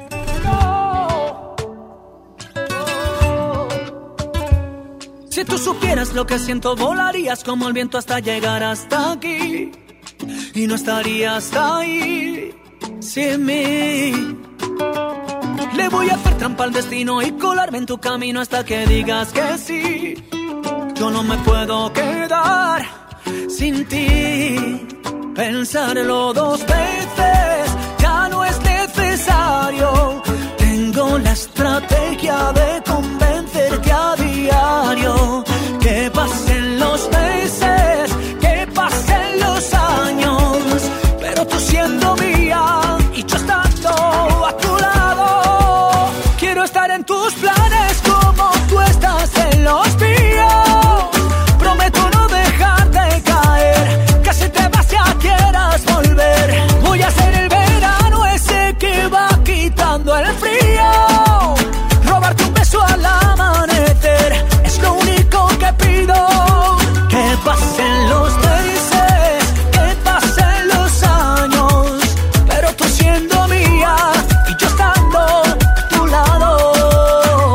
Si tú supieras lo que siento, volarías como el viento hasta llegar hasta aquí. Y no estarías ahí sin mí. Le voy a hacer trampa al destino y colarme en tu camino hasta que digas que sí. Yo no me puedo quedar sin ti. Pensarlo dos veces ya no es necesario. Tengo la estrategia de convencerte a diario. Que pasen los meses, que pasen los años, pero tú siendo mía y yo estando a tu lado. Quiero estar en tus planes como tú estás en los míos. Prometo no dejarte caer, que si te vas ya quieras volver. Voy a ser el verano ese que va quitando el frío. Robarte un beso al amanecer es lo único que pido. Que pasen los meses, que pasen los años, pero tú siendo mía y yo estando a tu lado.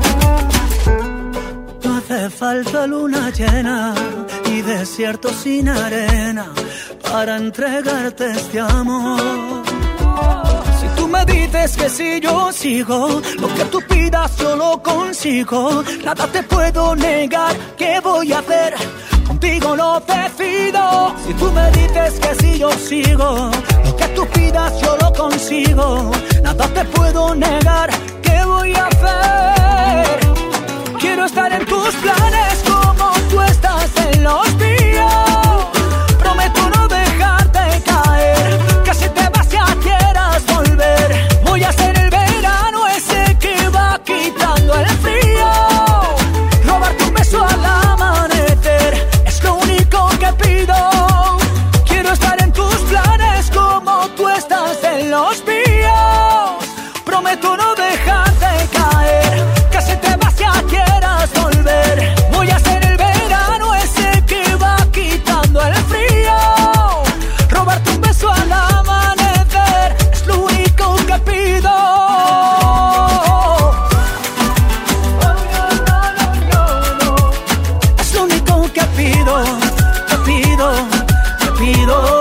No hace falta luna llena y desierto sin arena para entregarte este amor. Si tú me dices que si yo sigo, lo que tú pidas yo lo consigo. Nada te puedo negar, ¿qué voy a hacer? Contigo lo decido. Si tú me dices que si yo sigo, lo que tú pidas yo lo consigo. Nada te puedo negar, ¿qué voy a hacer? Quiero estar en tus planes como tú estás en los míos. Prometo no dejarte caer, que si te vas ya quieras volver. Voy a ser el verano ese que va quitando el frío. Robarte un beso al amanecer es lo único que pido. Quiero estar en tus planes como tú estás en los míos. Prometo no dejarte caer, que si te vas ya quieras volver. Voy a ser el verano ese que va quitando el frío. Robarte un beso al amanecer es lo único que pido. Es lo único que pido, que pido, que pido.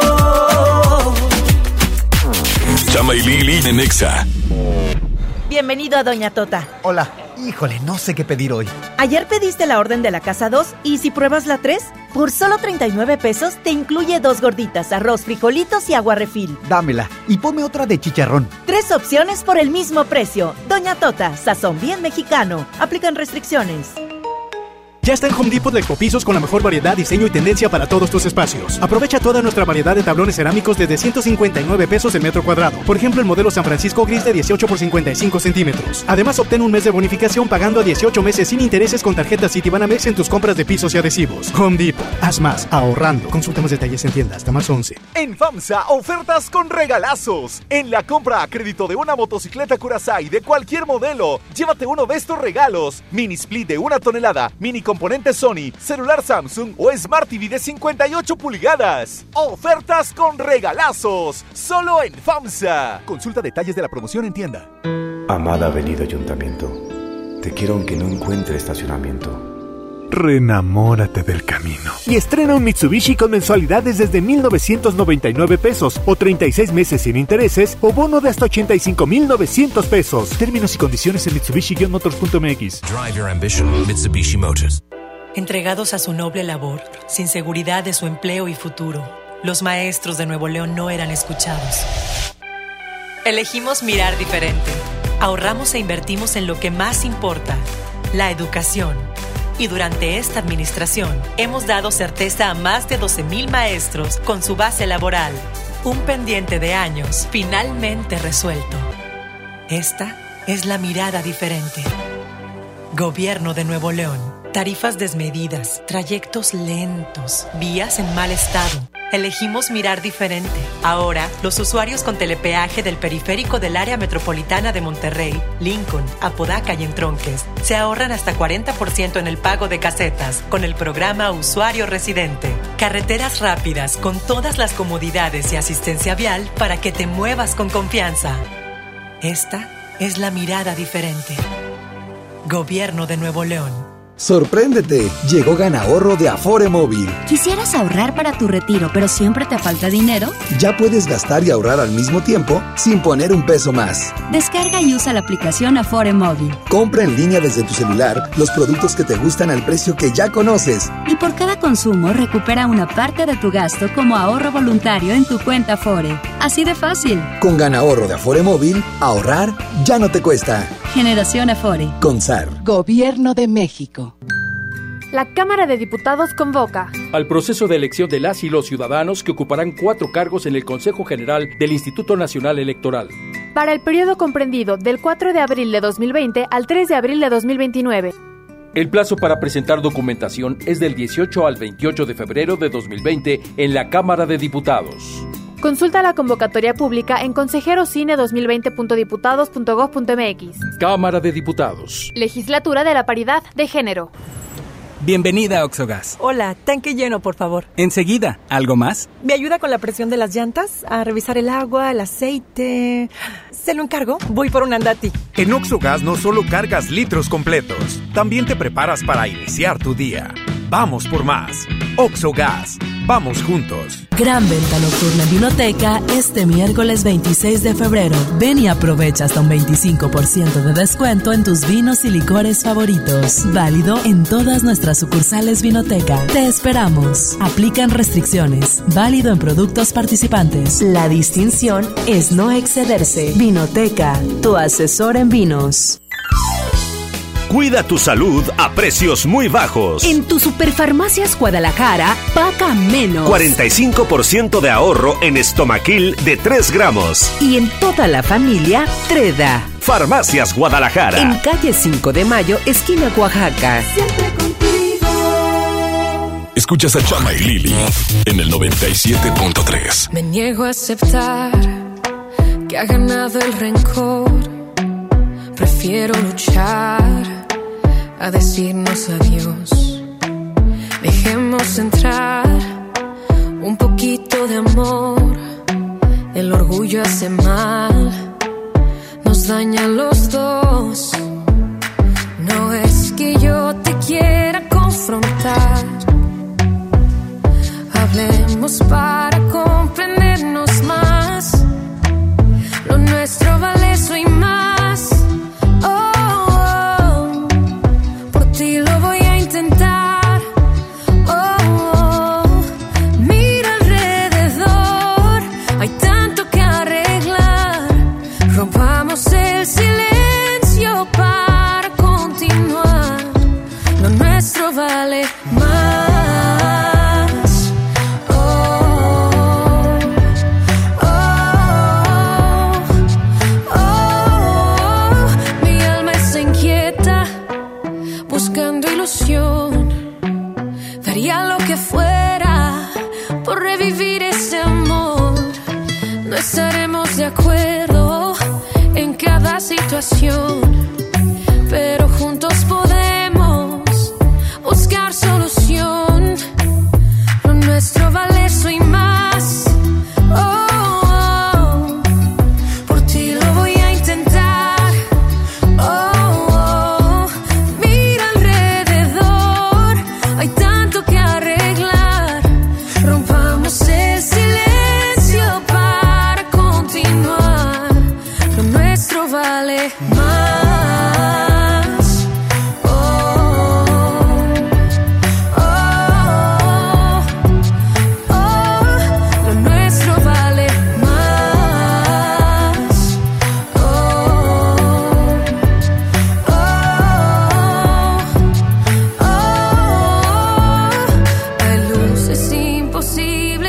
Chama y Lili en Exa. Bienvenido a Doña Tota. Hola. Híjole, no sé qué pedir hoy. Ayer pediste la orden de la casa dos y si pruebas la tres, por solo treinta y nueve pesos te incluye dos gorditas, arroz, frijolitos y agua refil. Dámela y ponme otra de chicharrón. Tres opciones por el mismo precio. Doña Tota, sazón bien mexicano. Aplican restricciones. Ya está en Home Depot de Ecopisos con la mejor variedad, diseño y tendencia para todos tus espacios. Aprovecha toda nuestra variedad de tablones cerámicos desde ciento cincuenta y nueve pesos el metro cuadrado. Por ejemplo, el modelo San Francisco Gris de dieciocho por cincuenta y cinco centímetros. Además, obtén un mes de bonificación pagando a dieciocho meses sin intereses con tarjeta Citibanamex en tus compras de pisos y adhesivos. Home Depot. Haz más ahorrando. Consulta más detalles en tienda hasta marzo once. En FAMSA, ofertas con regalazos. En la compra a crédito de una motocicleta Curaçao de cualquier modelo, llévate uno de estos regalos. Mini split de una tonelada, mini componentes Sony, celular Samsung o Smart T V de cincuenta y ocho pulgadas. Ofertas con regalazos, solo en FAMSA. Consulta detalles de la promoción en tienda. Amada Avenida Ayuntamiento, te quiero aunque no encuentre estacionamiento. Reenamórate del camino y estrena un Mitsubishi con mensualidades desde mil novecientos noventa y nueve pesos o treinta y seis meses sin intereses o bono de hasta ochenta y cinco mil novecientos pesos. Términos y condiciones en Mitsubishi Motors punto m x. Drive your ambition, Mitsubishi Motors. Entregados a su noble labor, sin seguridad de su empleo y futuro, los maestros de Nuevo León no eran escuchados. Elegimos mirar diferente. Ahorramos e invertimos en lo que más importa, la educación. Y durante esta administración, hemos dado certeza a más de doce mil maestros con su base laboral. Un pendiente de años finalmente resuelto. Esta es la mirada diferente. Gobierno de Nuevo León. Tarifas desmedidas, trayectos lentos, vías en mal estado. Elegimos mirar diferente. Ahora, los usuarios con telepeaje del periférico del área metropolitana de Monterrey, Lincoln, Apodaca y Entronques se ahorran hasta cuarenta por ciento en el pago de casetas con el programa Usuario Residente. Carreteras rápidas con todas las comodidades y asistencia vial para que te muevas con confianza. Esta es la mirada diferente. Gobierno de Nuevo León. ¡Sorpréndete! Llegó Ganahorro de Afore Móvil. ¿Quisieras ahorrar para tu retiro, pero siempre te falta dinero? Ya puedes gastar y ahorrar al mismo tiempo sin poner un peso más. Descarga y usa la aplicación Afore Móvil. Compra en línea desde tu celular los productos que te gustan al precio que ya conoces. Y por cada consumo recupera una parte de tu gasto como ahorro voluntario en tu cuenta Afore. Así de fácil. Con Ganahorro de Afore Móvil, ahorrar ya no te cuesta. Generación Afore. Con S A R. Gobierno de México. La Cámara de Diputados convoca al proceso de elección de las y los ciudadanos que ocuparán cuatro cargos en el Consejo General del Instituto Nacional Electoral. Para el periodo comprendido del cuatro de abril de dos mil veinte al tres de abril de dos mil veintinueve. El plazo para presentar documentación es del dieciocho al veintiocho de febrero de dos mil veinte en la Cámara de Diputados. Consulta la convocatoria pública en consejerocine dos mil veinte punto diputados punto gob punto m x. Cámara de Diputados. Legislatura de la Paridad de Género. Bienvenida a Oxogas. Hola, tanque lleno, por favor. Enseguida, ¿algo más? ¿Me ayuda con la presión de las llantas? A revisar el agua, el aceite... ¿Se lo encargo? Voy por un Andati. En Oxogas no solo cargas litros completos, también te preparas para iniciar tu día. Vamos por más. Oxogas. Vamos juntos. Gran venta nocturna en Vinoteca este miércoles veintiséis de febrero. Ven y aprovecha hasta un veinticinco por ciento de descuento en tus vinos y licores favoritos. Válido en todas nuestras sucursales Vinoteca. Te esperamos. Aplican restricciones. Válido en productos participantes. La distinción es no excederse. Vinoteca, tu asesor en vinos. Cuida tu salud a precios muy bajos. En tu Superfarmacias Guadalajara, paga menos. cuarenta y cinco por ciento de ahorro en Estomaquil de tres gramos. Y en toda la familia, Treda. Farmacias Guadalajara. En calle cinco de Mayo, esquina Oaxaca. Siempre contigo. Escuchas a Chama y Lili en el noventa y siete punto tres. Me niego a aceptar que ha ganado el rencor. Prefiero luchar a decirnos adiós. Dejemos entrar un poquito de amor. El orgullo hace mal, nos daña a los dos. No es que yo te quiera confrontar. Hablemos para comprendernos más. Lo nuestro vale eso y más. Rompamos el silencio para continuar. Lo nuestro vale más. Oh, oh, oh. Mi alma está inquieta, buscando ilusión. Daría lo que fuera por revivir ese amor. No estaremos de acuerdo en cada situación, pero juntos podemos buscar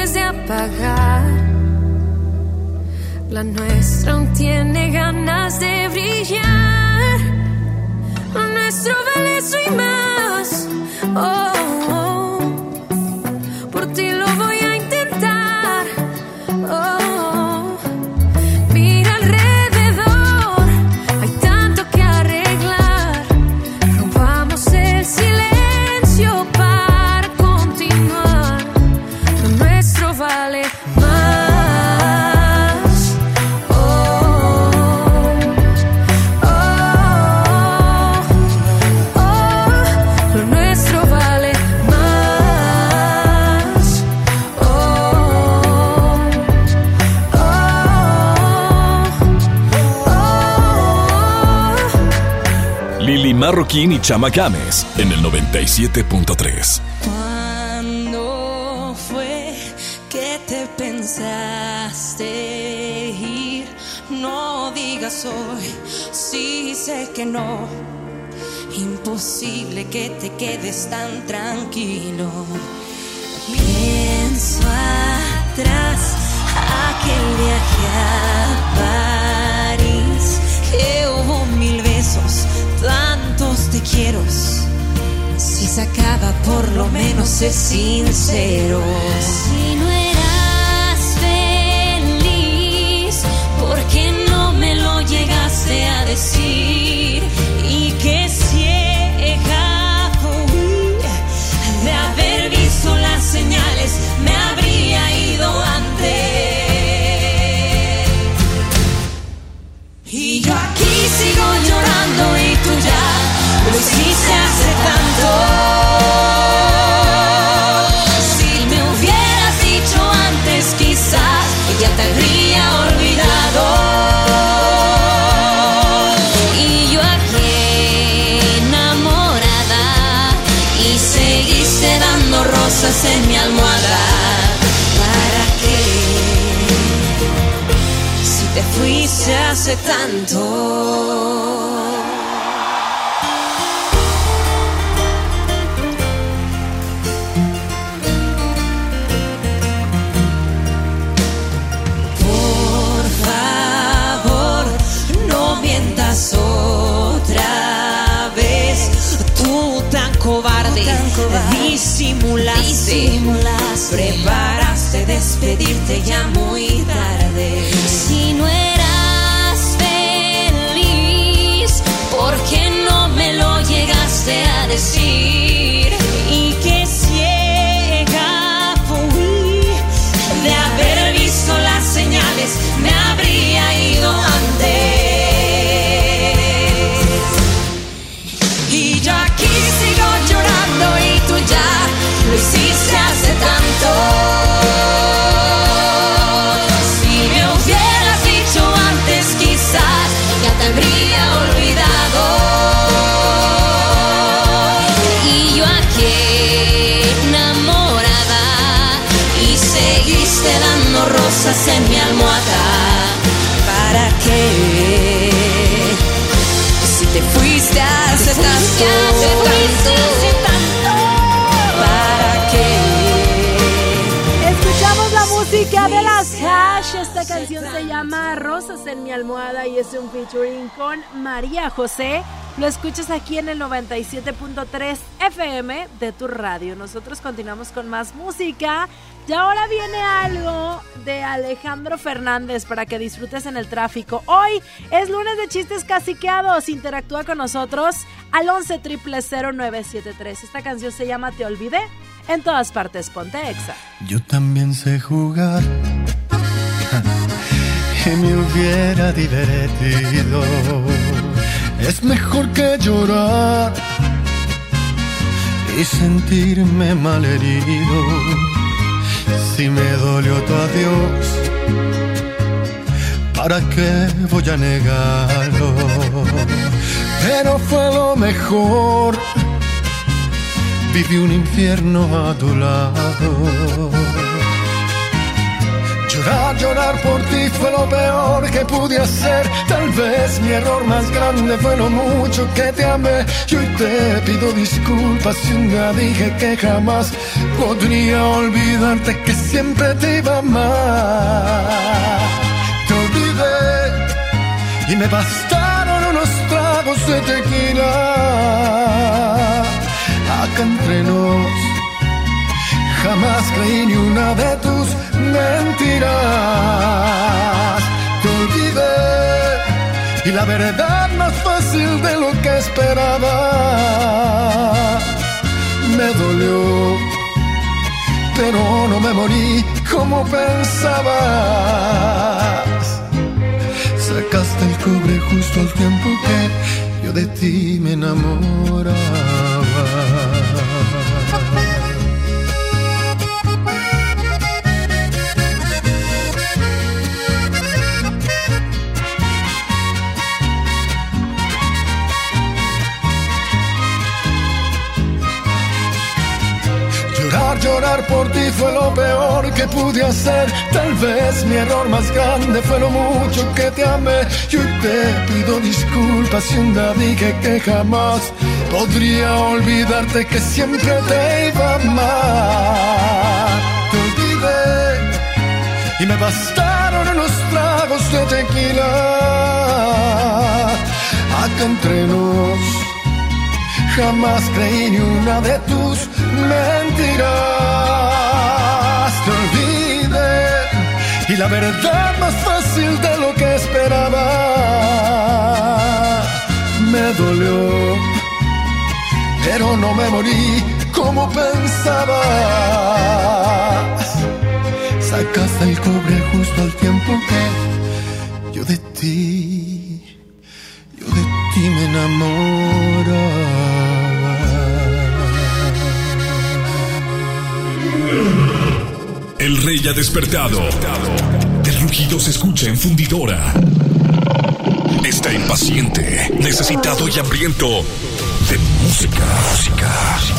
debes de apagar. La nuestra aún tiene ganas de brillar. Lo nuestro vale eso y más. Oh, oh. Por ti lo voy a intentar. Oh, mira alrededor, hay tanto que arreglar. Rompamos el silencio para continuar. Lo nuestro vale más. Oh, oh, oh, oh. Lo nuestro vale más. Oh, oh, oh. Lili Marroquín y Chama Games en el noventa y siete punto tres. ¿Cuándo fue que te pensaste ir? No digas hoy, sí sé que no. Imposible que te quedes tan tranquilo. Pienso atrás, aquel viaje a París, que hubo mil besos, tantos te quiero. Si se acaba, por lo menos sé sincero. Si no eras feliz, ¿por qué no me lo llegaste a decir? Y que ciega fui de haber visto las señales, me habría ido antes. Y yo aquí sigo llorando y tú ya lo hiciste hace tanto. Si me hubieras dicho antes, quizás ya te habría olvidado. Y yo aquí enamorada, y seguiste dando rosas en mi almohada. ¿Para qué? Si te fuiste hace tanto. Otra vez, tú tan cobarde, tan cobarde. Disimulaste, disimulaste, preparaste despedirte ya muy tarde. Si no eras feliz, ¿por qué no me lo llegaste a decir? Y que ciega fui de haber visto las señales, me habría ido antes. Y yo aquí sigo llorando y tú ya lo hiciste hace tanto. Si me hubieras dicho antes, quizás ya te habría olvidado. Y yo aquí enamorada, y seguiste dando rosas en mi almohada. ¿Para qué? Te fuiste hace tanto, hace tanto, hace tanto. ¿Para qué? Escuchamos la música de las Hash. Esta canción se llama Rosas en mi almohada y es un featuring con María José. Lo escuchas aquí en el noventa y siete punto tres F M de tu radio. Nosotros continuamos con más música. Y ahora viene algo de Alejandro Fernández para que disfrutes en el tráfico. Hoy es lunes de chistes caciqueados. Interactúa con nosotros al once cero cero cero nueve siete tres. Esta canción se llama Te Olvidé. En todas partes, ponte Exa. Yo también sé jugar y me hubiera divertido. Es mejor que llorar y sentirme malherido. Si me dolió tu adiós, ¿para qué voy a negarlo? Pero fue lo mejor. Viví un infierno a tu lado. Yo Llorar, llorar por ti fue lo peor que pude hacer. Tal vez mi error más grande fue lo mucho que te amé. Y hoy te pido disculpas si un día dije que jamás podría olvidarte, que siempre te iba a amar. Te olvidé y me bastaron unos tragos de tequila. Acá entre nos, jamás creí ni una de tus mentiras. Te olvidé y la verdad más fácil de lo que esperaba. Me dolió, pero no me morí como pensabas. Sacaste el cobre justo al tiempo que yo de ti me enamoraba. Llorar, llorar por ti fue lo peor que pude hacer. Tal vez mi error más grande fue lo mucho que te amé. Y hoy te pido disculpas si un día dije que jamás podría olvidarte, que siempre te iba a amar. Te olvidé y me bastaron unos tragos de tequila. Acá entre nos, jamás creí ni una de tus mentiras. Te olvidé y la verdad más fácil de lo que esperaba. Me dolió, pero no me morí como pensabas. Sacaste el cobre justo al tiempo que yo de ti, yo de ti me enamoraba. El rey ha despertado. El rugido se escucha en Fundidora. Está impaciente, necesitado y hambriento de música. Música.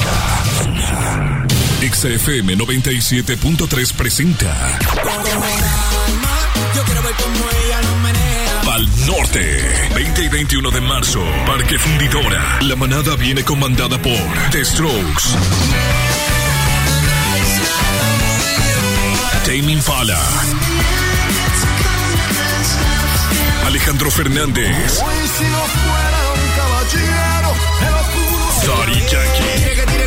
X F M noventa y siete punto tres presenta Pal Norte, veinte y veintiuno de marzo, Parque Fundidora. La manada viene comandada por The Strokes, Tame Impala, Alejandro Fernández, Daddy Yankee,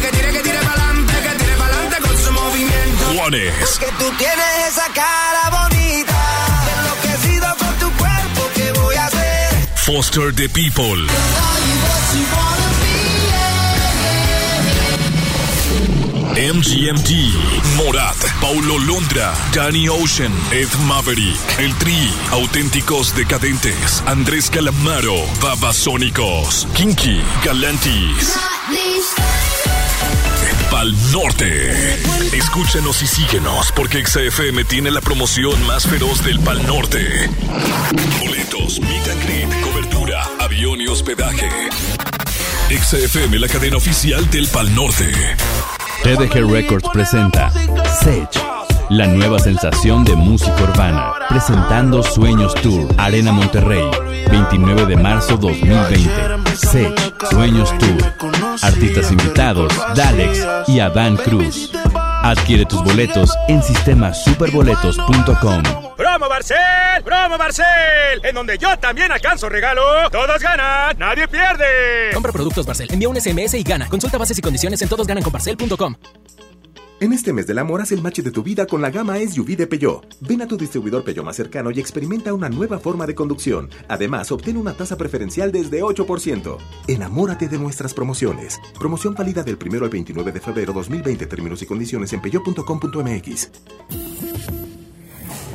Juanes, que tú tienes esa cara bonita, enloquecido con tu cuerpo, ¿qué voy a hacer? Foster the People, M G M T, Morat, Paulo Londra, Danny Ocean, Ed Maverick, El Tri, Auténticos Decadentes, Andrés Calamaro, Babasónicos, Kinky, Galantis. Pal Norte. Escúchanos y síguenos porque X F M tiene la promoción más feroz del Pal Norte. Boletos, meet and greet, cobertura, avión y hospedaje. X F M, la cadena oficial del Pal Norte. T D G Records presenta Sech, la nueva sensación de música urbana, presentando Sueños Tour, Arena Monterrey, veintinueve de marzo dos mil veinte. Sech, Sueños Tour, artistas invitados, Dalex y Adán Cruz. Adquiere tus boletos en sistema superboletos punto com. ¡Promo Barcel! ¡Promo Barcel! En donde yo también alcanzo regalo. Todos ganan, nadie pierde. Compra productos Barcel, envía un S M S y gana. Consulta bases y condiciones en todos ganan con barcel punto com. En este mes del amor, haz el match de tu vida con la gama S U V de Peugeot. Ven a tu distribuidor Peugeot más cercano y experimenta una nueva forma de conducción. Además, obtén una tasa preferencial desde ocho por ciento. Enamórate de nuestras promociones. Promoción válida del primero al veintinueve de febrero dos mil veinte. Términos y condiciones en peugeot punto com punto m x.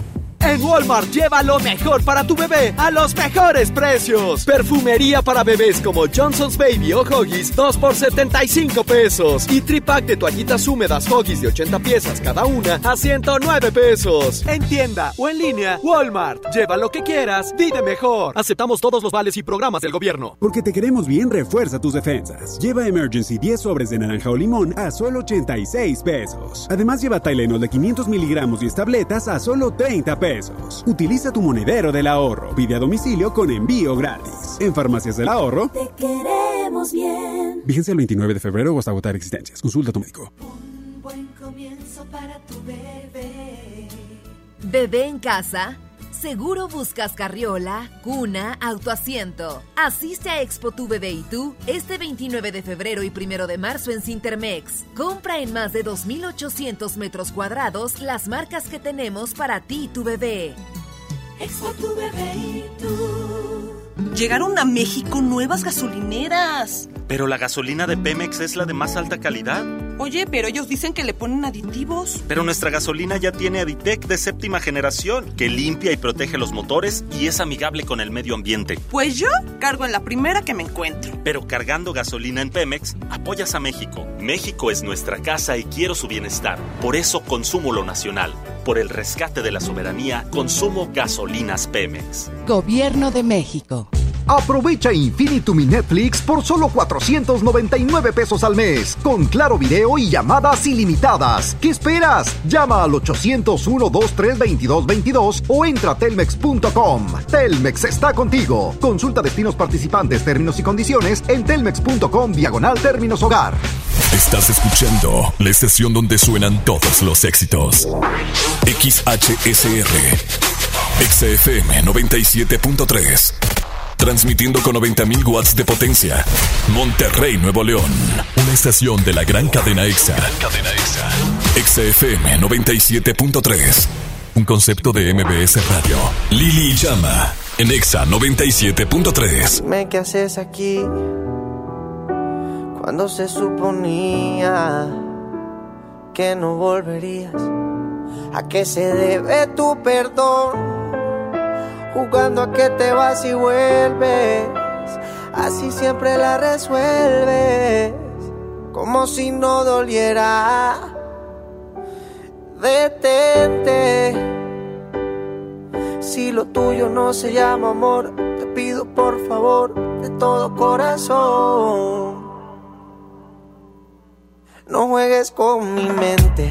En Walmart lleva lo mejor para tu bebé a los mejores precios. Perfumería para bebés como Johnson's Baby o Huggies, dos por setenta y cinco pesos. Y tripack de toallitas húmedas Huggies de ochenta piezas cada una a ciento nueve pesos. En tienda o en línea, Walmart. Lleva lo que quieras, vive mejor. Aceptamos todos los vales y programas del gobierno. Porque te queremos bien, refuerza tus defensas. Lleva Emergency diez sobres de naranja o limón a solo ochenta y seis pesos. Además, lleva Tylenol de quinientos miligramos y tabletas a solo treinta pesos. Utiliza tu monedero del ahorro. Pide a domicilio con envío gratis. En Farmacias del Ahorro. Te queremos bien. Vigencia el veintinueve de febrero o hasta agotar existencias. Consulta a tu médico. Un buen comienzo para tu bebé. ¿Bebé en casa? Seguro buscas carriola, cuna, autoasiento. Asiste a Expo Tu Bebé y Tú este veintinueve de febrero y primero de marzo en Cintermex. Compra en más de dos mil ochocientos metros cuadrados las marcas que tenemos para ti y tu bebé. Expo Tu Bebé y Tú. Llegaron a México nuevas gasolineras. Pero la gasolina de Pemex es la de más alta calidad. Oye, pero ellos dicen que le ponen aditivos. Pero nuestra gasolina ya tiene Aditec de séptima generación, que limpia y protege los motores y es amigable con el medio ambiente. Pues yo cargo en la primera que me encuentro. Pero cargando gasolina en Pemex, apoyas a México. México es nuestra casa y quiero su bienestar. Por eso consumo lo nacional. Por el rescate de la soberanía, consumo gasolinas Pemex. Gobierno de México. Aprovecha Infinitum y Netflix por solo cuatrocientos noventa y nueve pesos al mes, con claro video y llamadas ilimitadas. ¿Qué esperas? Llama al ochocientos uno, veintitrés, veintidós veintidós o entra a telmex punto com. Telmex está contigo. Consulta destinos participantes, términos y condiciones en telmex punto com diagonal términos hogar. Estás escuchando la estación donde suenan todos los éxitos. X H S R X F M noventa y siete punto tres. Transmitiendo con noventa mil watts de potencia. Monterrey, Nuevo León. Una estación de la gran cadena EXA. Gran cadena EXA. EXA F M noventa y siete punto tres. Un concepto de M B S Radio. Lili Llama. En EXA noventa y siete punto tres. Dime qué haces aquí. Cuando se suponía que no volverías. ¿A qué se debe tu perdón? Jugando a que te vas y vuelves, así siempre la resuelves, como si no doliera. Detente, si lo tuyo no se llama amor, te pido por favor de todo corazón, no juegues con mi mente.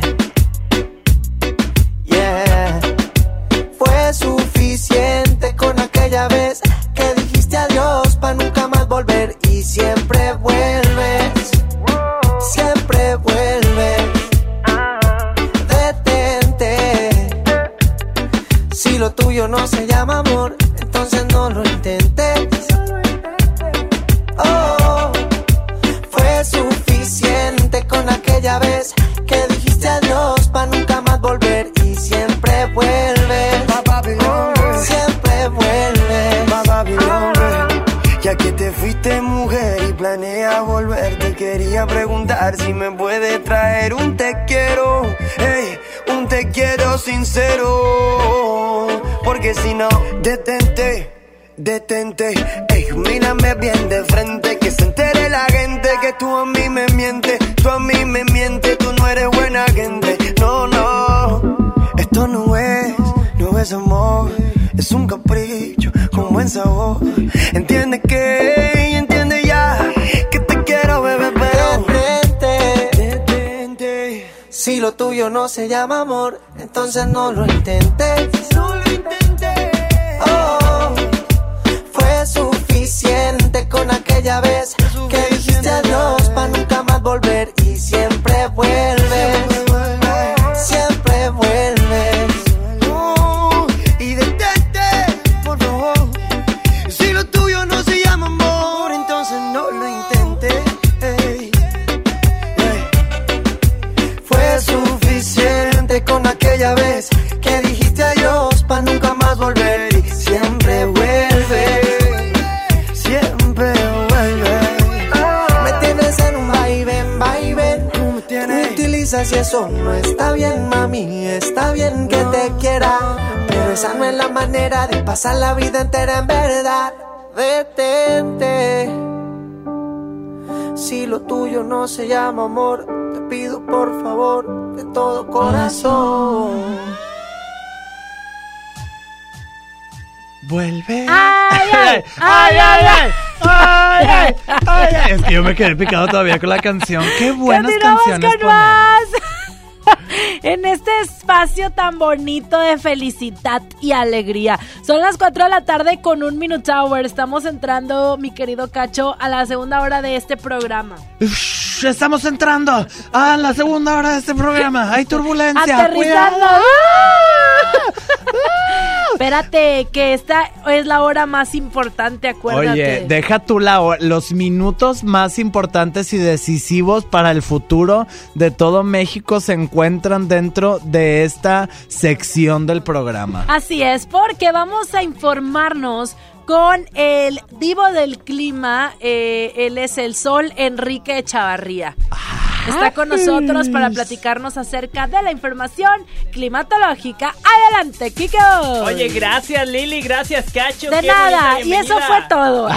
Yeah. Fue suficiente con aquella vez que dijiste adiós pa' nunca más volver. Y siempre vuelves, siempre vuelves. Detente, si lo tuyo no se llama amor, entonces no lo intentes. Oh, fue suficiente con aquella vez que dijiste adiós pa' nunca más volver. Y siempre vuelves, siempre vuelves. Ya que te fuiste mujer y planeas volver, te quería preguntar si me puedes traer un te quiero, hey, un te quiero sincero. Porque si no, detente, detente, ey, mírame bien de frente, que se entere la gente que tú a mí me mientes, tú a mí me mientes, tú no eres buena gente. No, no, esto no es, no es amor, es un capricho con buen sabor. Entiende que, y entiende ya, que te quiero, bebé, pero detente, detente. Si lo tuyo no se llama amor, entonces no lo intentes. No lo intentes. Oh, fue suficiente con aquella vez que dijiste adiós pa' nunca más volver. Y siempre vuelves, siempre vuelves. Oh, y detente, por favor. Si lo tuyo no se llama amor, entonces no lo intentes. Hey, hey. Fue suficiente con aquella vez que dijiste adiós pa' nunca más volver. Y siempre vuelve, siempre vuelve. Me tienes en un vaivén, vaivén. Tú me tienes. Me utilizas y eso no está bien, mami. Está bien que te quiera, pero esa no es la manera de pasar la vida entera en verdad. Detente. Si lo tuyo no se llama amor, te pido por favor de todo corazón. Vuelve. Ay, ay, ay, ay, ay, ay, ay, ay, ay. Es que yo me quedé picado todavía con la canción. Qué buenas canciones con más. En este espacio tan bonito de felicidad y alegría. Son las cuatro de la tarde con un Minute Hour. Estamos entrando, mi querido Cacho, a la segunda hora de este programa. Ush, estamos entrando a la segunda hora de este programa. Hay turbulencia. Aterrizando. Espérate, que esta es la hora más importante, acuérdate. Oye, deja tú la hora, los minutos más importantes y decisivos para el futuro de todo México se encuentran dentro de esta sección del programa. Así es, porque vamos a informarnos con el divo del clima, eh, él es el Sol Enrique Chavarría. Está con nosotros para platicarnos acerca de la información climatológica. Adelante, Kiko. Oye, gracias Lili, gracias Cacho. De Qué nada, y eso fue todo.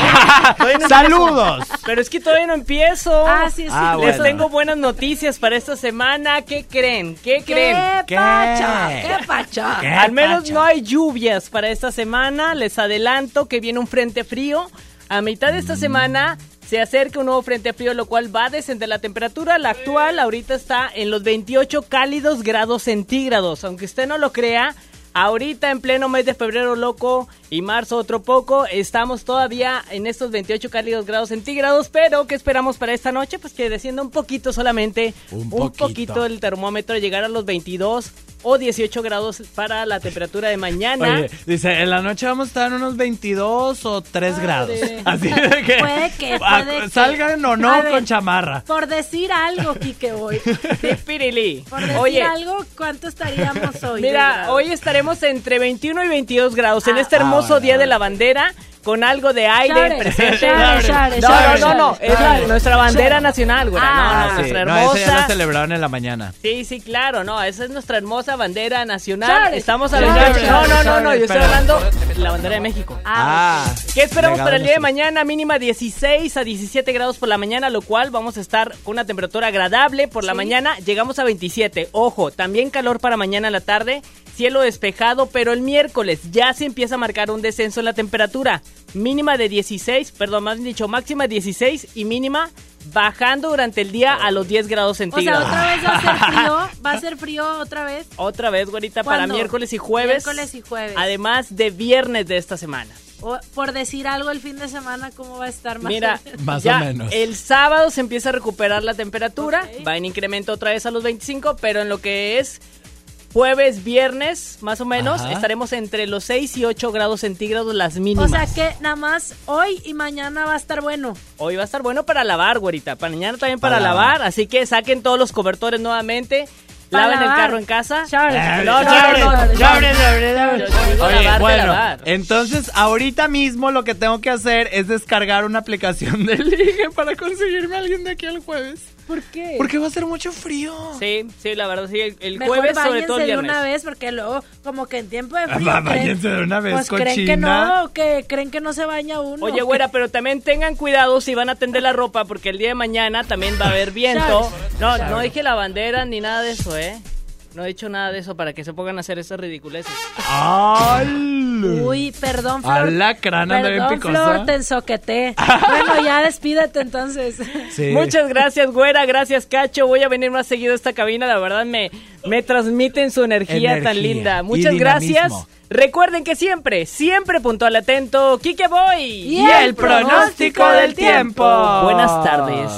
No ¡Saludos! Pero es que todavía no empiezo. Ah, sí, sí. Ah, Les bueno. tengo buenas noticias para esta semana. ¿Qué creen? ¿Qué, ¿Qué creen? pacha? ¿Qué pacha? ¿Qué Al menos pacha? No hay lluvias para esta semana. Les adelanto que viene un frente frío. A mitad de esta mm. semana se acerca un nuevo frente frío, lo cual va a descender la temperatura. La actual ahorita está en los veintiocho cálidos grados centígrados. Aunque usted no lo crea, ahorita en pleno mes de febrero loco y marzo otro poco, estamos todavía en estos veintiocho cálidos grados centígrados. Pero ¿qué esperamos para esta noche? Pues que descienda un poquito solamente, un, un poquito el termómetro, llegar a los veintidós o dieciocho grados para la temperatura de mañana. Oye, dice, en la noche vamos a estar en unos veintidós o tres Padre. grados. Así de que puede que, puede a, salgan que. o no con chamarra. Por decir algo, Quique, hoy. Sí, Pirili. Por decir Oye, algo, ¿cuánto estaríamos hoy? Mira, hoy estaremos entre veintiuno y veintidós grados ah, en este hermoso ah, día de la bandera. Con algo de aire Share, presente. Share, Share, no, Share, no, no, no, es Share, nuestra bandera Share. nacional, güey. Ah, no, no, sí, nuestra no, hermosa. esa ya la celebraron en la mañana. Sí, sí, claro, no, esa es nuestra hermosa bandera nacional. Share, Estamos Share, hablando. Share, No, no, no, Share, no, yo estoy pero, hablando de la bandera de México. Ah, ah ¿qué esperamos para el día de mañana? Mínima dieciséis a diecisiete grados por la mañana, lo cual vamos a estar con una temperatura agradable por la ¿Sí? mañana. Llegamos a veintisiete. Ojo, también calor para mañana en la tarde. Cielo despejado, pero el miércoles ya se empieza a marcar un descenso en la temperatura. Mínima de dieciséis, perdón, más dicho, máxima dieciséis y mínima bajando durante el día a los diez grados centígrados. O sea, otra vez va a ser frío, va a ser frío otra vez. Otra vez, güerita, para miércoles y jueves. Miércoles y jueves. Además de viernes de esta semana. O, por decir algo, el fin de semana, ¿cómo va a estar más Mira, o menos? más ya o menos. El sábado se empieza a recuperar la temperatura, okay. va en incremento otra vez a los veinticinco, pero en lo que es jueves, viernes, más o menos, Ajá. estaremos entre los seis y ocho grados centígrados las mínimas. O sea que nada más hoy y mañana va a estar bueno. Hoy va a estar bueno para lavar, güerita. Para mañana también para, para lavar. lavar. Así que saquen todos los cobertores nuevamente. Laven el carro en casa. Chávez. No, Chávez. Oye, bueno, entonces ahorita mismo lo que tengo que hacer es descargar una aplicación de ligue para conseguirme a alguien de aquí al jueves. ¿Por qué? Porque va a ser mucho frío. Sí, sí, la verdad, sí. El, el Mejor jueves, sobre todo el de viernes. una vez, porque luego, como que en tiempo de frío. Ah, váyanse de una vez, pues cochina. creen que no, que creen que no se baña uno. Oye, güera, pero también tengan cuidado si van a tender la ropa, porque el día de mañana también va a haber viento. No, no dije la bandera ni nada de eso, ¿eh? No he dicho nada de eso para que se pongan a hacer esas ridiculeces. ¡Ay! Uy, perdón, Flor. A la crana de Perdón, picosa. Flor, te ensoqueté. Bueno, ya despídete entonces. Sí. Muchas gracias, güera. Gracias, Cacho. Voy a venir más seguido a esta cabina. La verdad, me, me transmiten su energía, energía tan linda. Muchas gracias. Recuerden que siempre, siempre puntual, atento. Quique Boy. Y, y el, el pronóstico, pronóstico del tiempo. tiempo. Buenas tardes.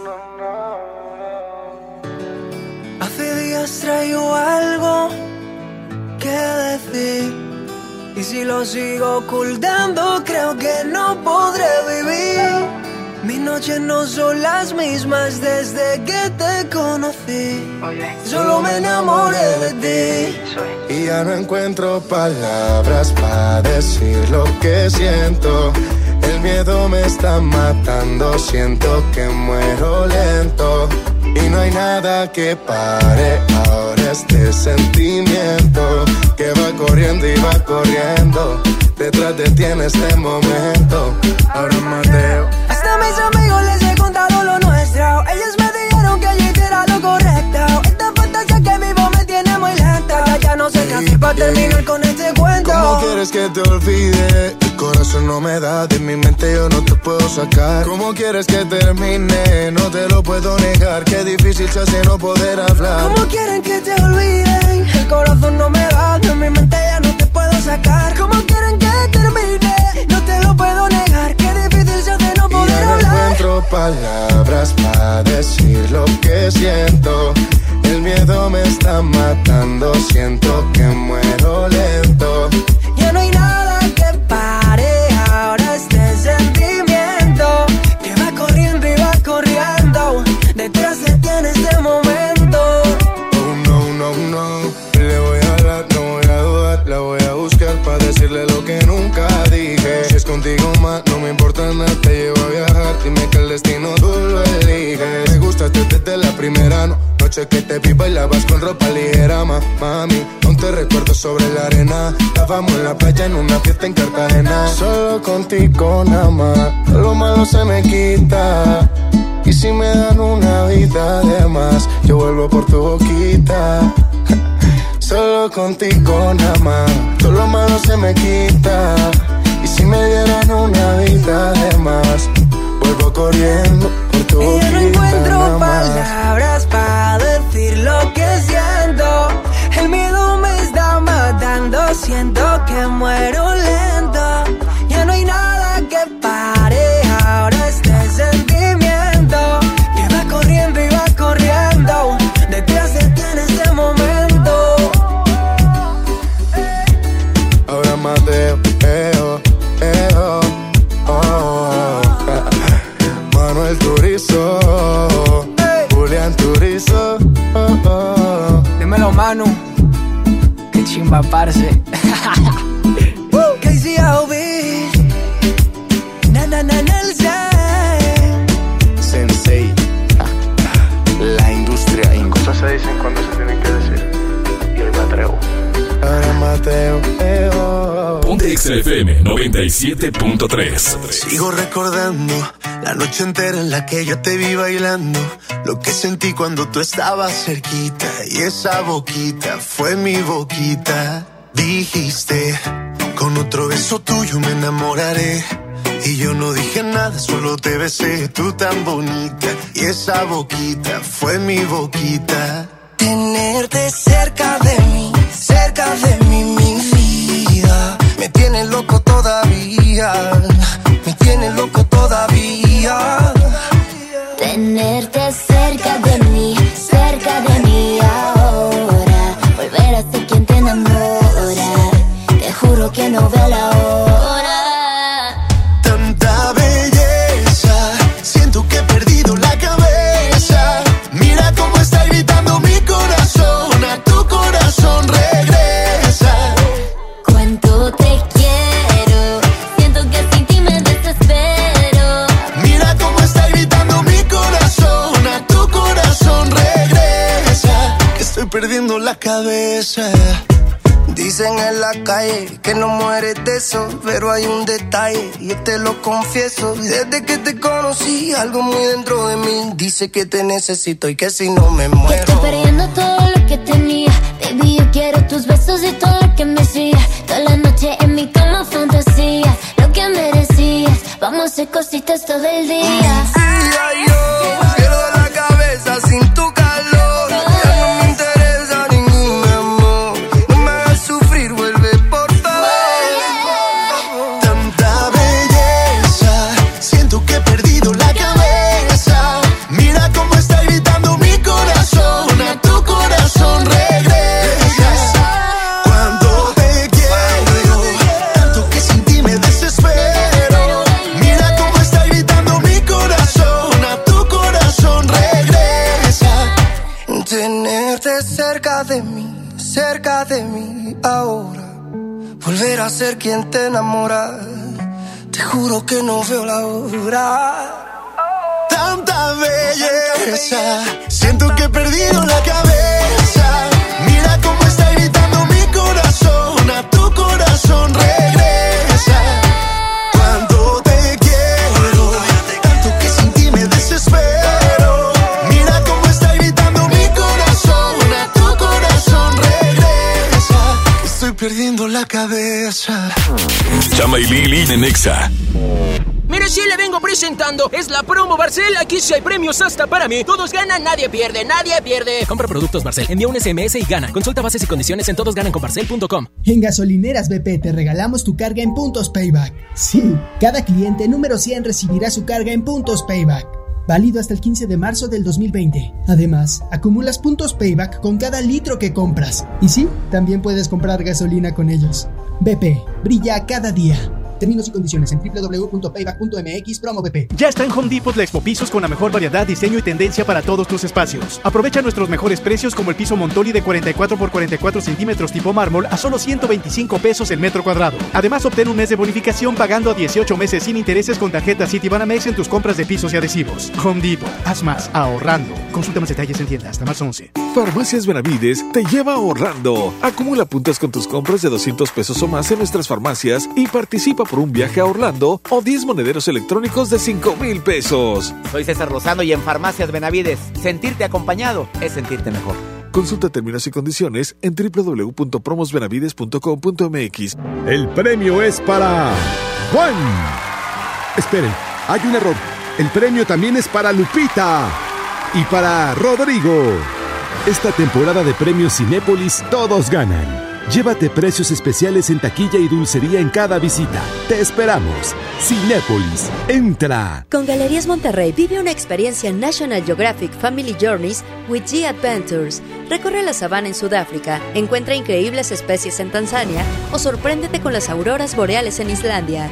Hace días traigo algo que decir, y si lo sigo ocultando creo que no podré vivir. Mis noches no son las mismas desde que te conocí. Solo me enamoré de ti y ya no encuentro palabras para decir lo que siento. El miedo me está matando, siento que muero lento. Y no hay nada que pare ahora este sentimiento que va corriendo y va corriendo. Detrás de ti en este momento. Ahora Mateo. Hasta mis amigos les he contado lo nuestro. Ellos me dijeron que allí era lo correcto. Esta fantasía que vivo me tiene muy lenta. Ya, ya no sé qué hacer para terminar con este cuento. ¿Cómo quieres que te olvide? El corazón no me da, de mi mente yo no te puedo sacar. ¿Cómo quieres que termine? No te lo puedo negar. Qué difícil se hace no poder hablar. ¿Cómo quieren que te olviden? El corazón no me da, de mi mente ya no te puedo sacar. ¿Cómo quieren que termine? No te lo puedo negar. Qué difícil se hace no poder y ya hablar. No encuentro palabras para decir lo que siento. El miedo me está matando, siento que muero lento. Ya no hay nada que pare ahora este sentimiento que va corriendo y va corriendo detrás de ti en este momento. Oh no, no, no, le voy a hablar, no voy a dudar, la voy a buscar para decirle lo que nunca dije. Si es contigo más, no me importa nada, te llevo a viajar, dime que el destino tú lo eliges. Me gustaste desde la primera noche que te vi bailabas con ropa ligera, ma, mami. Aún te recuerdo sobre la arena, estábamos en la playa en una fiesta en Cartagena. Solo contigo nada más, lo malo se me quita. Y si me dan una vida de más, yo vuelvo por tu boquita. Solo contigo nada más, todo lo malo se me quita. Y si me dieran una vida de más, vuelvo corriendo por tu boquita. Y yo no encuentro palabras para decir lo que siento. El miedo me está matando, siento que muero lento. Ya no hay nada que pare ahora este sentimiento que va corriendo y va corriendo detrás de ti en este momento. Ahora Mateo, eo, eo, oh, Manuel Turizo, hey. Julián Turizo, oh, oh. Dímelo, Manu, qué chimba, parce. K C L B, na na na Nelson, Sensei, la industria. Cosas se dicen cuando se tienen que decir. Y hoy me atrevo. Ahora Mateo, eo. Ponte X F M noventa y siete punto tres. Sigo recordando la noche entera en la que yo te vi bailando. Lo que sentí cuando tú estabas cerquita. Y esa boquita fue mi boquita. Dijiste, con otro beso tuyo me enamoraré. Y yo no dije nada, solo te besé. Tú tan bonita. Y esa boquita fue mi boquita. Tenerte cerca de mí, cerca de mí, mi vida. Me tiene loco todavía, me tiene loco todavía. Tenerte cerca de mí, cerca de mí ahora. Volver a ser quien te enamora. Te juro que no veo la hora. Tanta belleza, siento que he perdido la cabeza. Mira cómo está gritando mi corazón, a tu corazón regresa. Cuánto te quiero, siento que sin ti me desespero. Mira cómo está gritando mi corazón, a tu corazón regresa. Que estoy perdiendo la cabeza. Dicen en la calle que no mueres de eso, pero hay un detalle, y yo te lo confieso. Desde que te conocí, algo muy dentro de mí dice que te necesito y que si no me muero. Que estoy perdiendo todo lo que tenía. Baby, yo quiero tus besos y todo lo que me hacía. Toda la noche en mi cama fantasía, lo que merecías. Vamos a hacer cositas todo el día. Sí, ay, yo quiero la cabeza sin tu calor. Ya no me interesa ningún amor. No me hagas sufrir, vuelve por favor. Tanta belleza, siento que he perdido la cabeza. Mira cómo está gritando mi corazón, a tu corazón regresa. Cuando te quiero, tanto que sin ti me desespero. Mira cómo está gritando mi corazón, a tu corazón regresa. Tenerte cerca de mí, cerca de mí ahora. Volver a ser quien te enamora. Te juro que no veo la hora. Tanta belleza, siento que he perdido la cabeza. Mira cómo está gritando mi corazón, estoy perdiendo la cabeza. Chama y Lili de Nexa. Mire, sí le vengo presentando. Es la promo Barcel. Aquí sí hay premios hasta para mí. Todos ganan, nadie pierde, nadie pierde. Compra productos Barcel. Envía un S M S y gana. Consulta bases y condiciones en todos ganan con barcel punto com. En Gasolineras B P te regalamos tu carga en puntos Payback. Sí, cada cliente número cien recibirá su carga en puntos Payback. Válido hasta el quince de marzo del dos mil veinte. Además, acumulas puntos Payback con cada litro que compras. Y sí, también puedes comprar gasolina con ellos. B P, brilla cada día. Términos y condiciones en doble u doble u doble u punto payback punto m x promo B P. Ya está en Home Depot la Expo Pisos con la mejor variedad, diseño y tendencia para todos tus espacios. Aprovecha nuestros mejores precios como el piso Montoli de cuarenta y cuatro por cuarenta y cuatro centímetros tipo mármol a solo ciento veinticinco pesos el metro cuadrado. Además, obtén un mes de bonificación pagando a dieciocho meses sin intereses con tarjeta Citibanamex en tus compras de pisos y adhesivos. Home Depot, haz más ahorrando. Consulta más detalles en tienda hasta marzo once. Farmacias Benavides te lleva ahorrando. Acumula puntos con tus compras de doscientos pesos o más en nuestras farmacias y participa por un viaje a Orlando o diez monederos electrónicos de cinco mil pesos. Soy César Lozano y en Farmacias Benavides, sentirte acompañado es sentirte mejor. Consulta términos y condiciones en doble u doble u doble u punto promos benavides punto com punto m x. El premio es para Juan. Esperen, hay un error. El premio también es para Lupita y para Rodrigo. Esta temporada de premios Cinépolis todos ganan. Llévate precios especiales en taquilla y dulcería en cada visita. Te esperamos. Cinépolis, entra. Con Galerías Monterrey vive una experiencia National Geographic Family Journeys with G Adventures. Recorre la sabana en Sudáfrica, encuentra increíbles especies en Tanzania o sorpréndete con las auroras boreales en Islandia.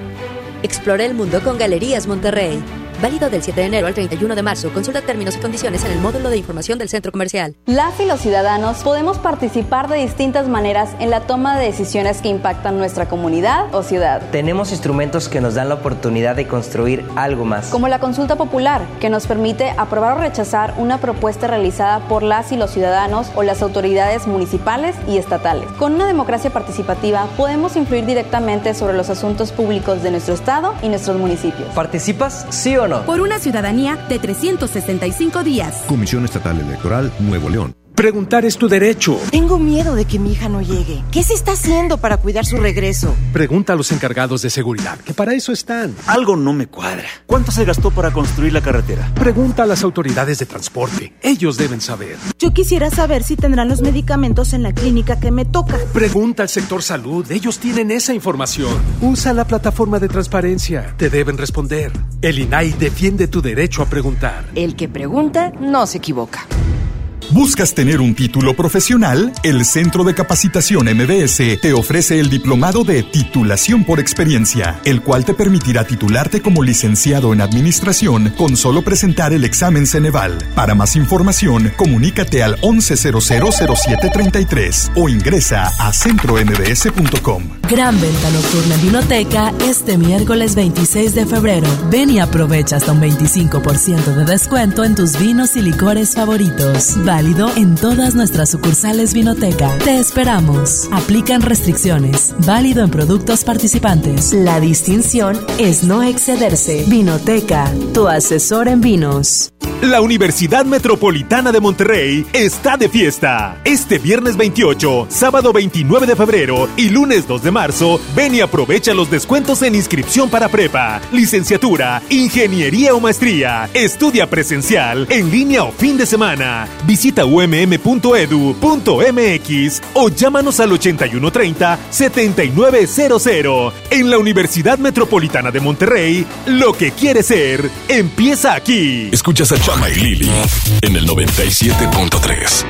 Explora el mundo con Galerías Monterrey. Válido del siete de enero al treinta y uno de marzo. Consulta términos y condiciones en el módulo de información del centro comercial. Las y los ciudadanos podemos participar de distintas maneras en la toma de decisiones que impactan nuestra comunidad o ciudad. Tenemos instrumentos que nos dan la oportunidad de construir algo más. Como la consulta popular, que nos permite aprobar o rechazar una propuesta realizada por las y los ciudadanos o las autoridades municipales y estatales. Con una democracia participativa podemos influir directamente sobre los asuntos públicos de nuestro estado y nuestros municipios. ¿Participas, sí o no? Por una ciudadanía de trescientos sesenta y cinco días. Comisión Estatal Electoral, Nuevo León. Preguntar es tu derecho. Tengo miedo de que mi hija no llegue. ¿Qué se está haciendo para cuidar su regreso? Pregunta a los encargados de seguridad, que para eso están. Algo no me cuadra. ¿Cuánto se gastó para construir la carretera? Pregunta a las autoridades de transporte. Ellos deben saber. Yo quisiera saber si tendrán los medicamentos en la clínica que me toca. Pregunta al sector salud. Ellos tienen esa información. Usa la plataforma de transparencia. Te deben responder. El I N A I defiende tu derecho a preguntar. El que pregunta no se equivoca. ¿Buscas tener un título profesional? El Centro de Capacitación M B S te ofrece el diplomado de titulación por experiencia, el cual te permitirá titularte como licenciado en administración con solo presentar el examen Ceneval. Para más información, comunícate al once cero cero cero siete treinta y tres o ingresa a centro m b s punto com. Gran venta nocturna en Vinoteca este miércoles veintiséis de febrero. Ven y aprovecha hasta un veinticinco por ciento de descuento en tus vinos y licores favoritos. Válido en todas nuestras sucursales Vinoteca. Te esperamos. Aplican restricciones. Válido en productos participantes. La distinción es no excederse. Vinoteca, tu asesor en vinos. La Universidad Metropolitana de Monterrey está de fiesta. Este viernes veintiocho, sábado veintinueve de febrero y lunes dos de marzo, ven y aprovecha los descuentos en inscripción para prepa, licenciatura, ingeniería o maestría. Estudia presencial, en línea o fin de semana. Visita u m m punto e d u punto m x o llámanos al ochenta y uno treinta, setenta y nueve cero cero. En la Universidad Metropolitana de Monterrey, lo que quieres ser, empieza aquí. Escuchas a Chama y Lili en el noventa y siete punto tres.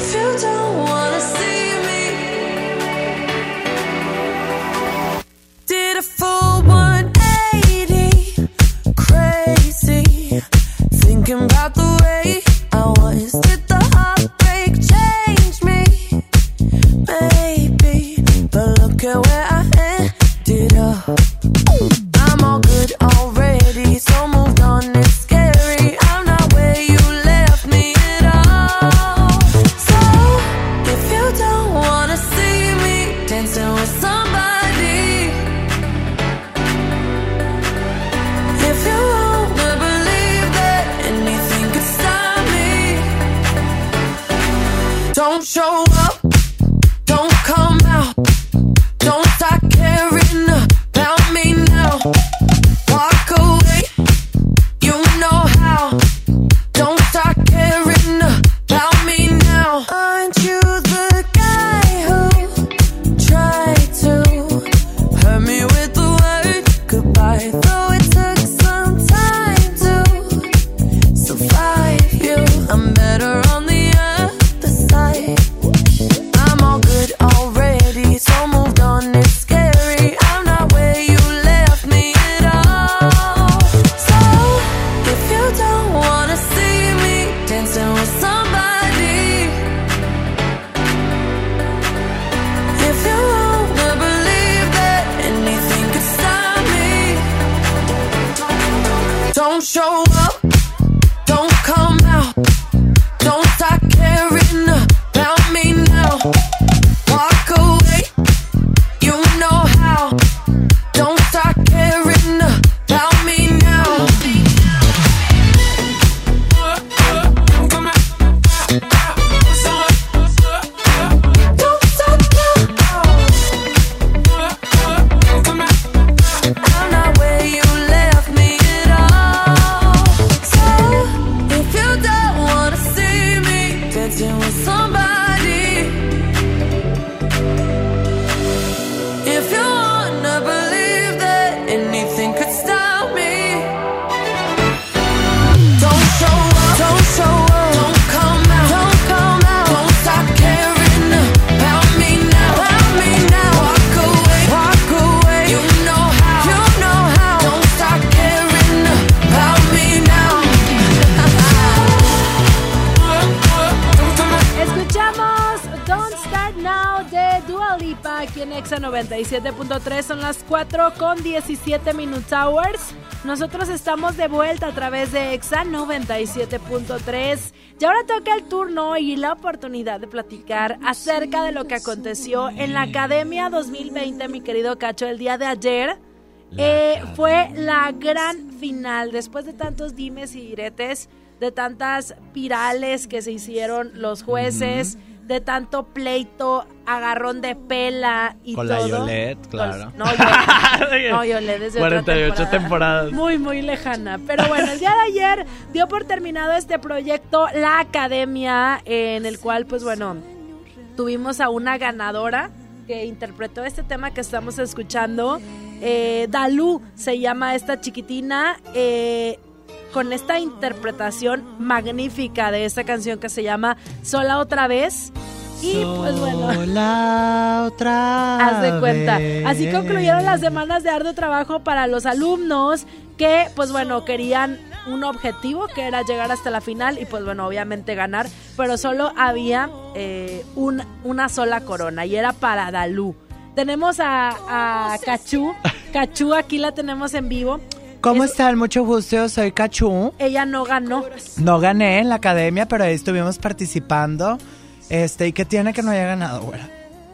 Did a full one eighty, crazy, thinking about the way I was. Did the heartbreak change me? Maybe, but look at where I ended up. I'm all good already, so moved on, it's scary. I'm not where you left me at all. So, if you don't wanna see me dancing with somebody, if you wanna believe that anything could stop me, don't show up, don't come out. show up, don't come out, don't start caring about me now. Walk away, you know how, don't start caring about me now. I'm not where you left me at all. So if you don't wanna see me dancing with somebody, if you wanna believe that anything could stop me, don't show up, don't show up, don't come out, don't come out, don't stop caring about me now, about me now. Walk away, walk away, you know how, you know how, don't stop caring about me now. Escuchamos Don't Start Now de Dua Lipa aquí en Exa noventa y siete punto tres. Son las cuatro con diecisiete Minutes Hours. Nosotros estamos de vuelta a través de Exa noventa y siete punto tres. Y ahora toca el turno y la oportunidad de platicar acerca de lo que aconteció en la Academia dos mil veinte, mi querido Cacho, el día de ayer. Eh, fue la gran final. Después de tantos dimes y diretes, de tantas virales que se hicieron los jueces, uh-huh. de tanto pleito, agarrón de pela y con todo. Con la Yolette, claro. Pues, no, Yolette, no, Yolette desde cuarenta y ocho otra temporada. temporadas. Muy, muy lejana. Pero bueno, el día de ayer dio por terminado este proyecto La Academia, en el cual, pues bueno, tuvimos a una ganadora que interpretó este tema que estamos escuchando. Eh, Dalú se llama esta chiquitina, eh, con esta interpretación magnífica de esta canción que se llama Sola Otra Vez. Y pues bueno, Sola otra haz de cuenta. vez. Así concluyeron las semanas de arduo trabajo para los alumnos que, pues bueno, querían un objetivo que era llegar hasta la final y pues bueno, obviamente ganar, pero solo había eh, un, una sola corona y era para Dalú. Tenemos a, a Cachú. Cachú aquí la tenemos en vivo. ¿Cómo es, están? Mucho gusto, soy Cachú. Ella no ganó. No gané en la academia, pero ahí estuvimos participando. Este, ¿y qué tiene que no haya ganado, güera?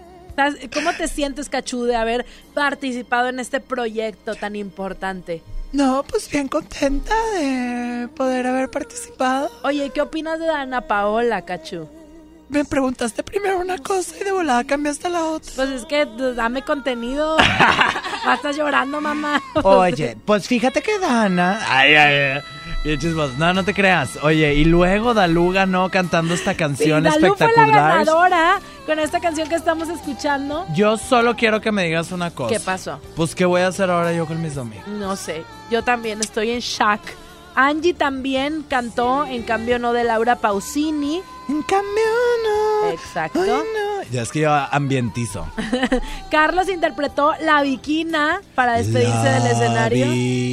¿Cómo te sientes, Cachú, de haber participado en este proyecto tan importante? No, pues bien contenta de poder haber participado. Oye, ¿qué opinas de Dana Paola, Cachú? Me preguntaste primero una cosa y de volada cambiaste la otra. Pues es que dame contenido. Estás llorando, mamá. Oye, pues fíjate que Dana... Ay, ay, ay. Bien chismoso. No, no te creas. Oye, y luego Dalú ganó cantando esta canción sí, Dalú espectacular. Fue la ganadora con esta canción que estamos escuchando. Yo solo quiero que me digas una cosa. ¿Qué pasó? Pues, ¿qué voy a hacer ahora yo con mis domingos? No sé. Yo también estoy en shock. Angie también cantó, en cambio no de Laura Pausini. En cambio no. Exacto. Ay, no. Ya es que yo ambientizo. Carlos interpretó La Viquina para despedirse la del escenario.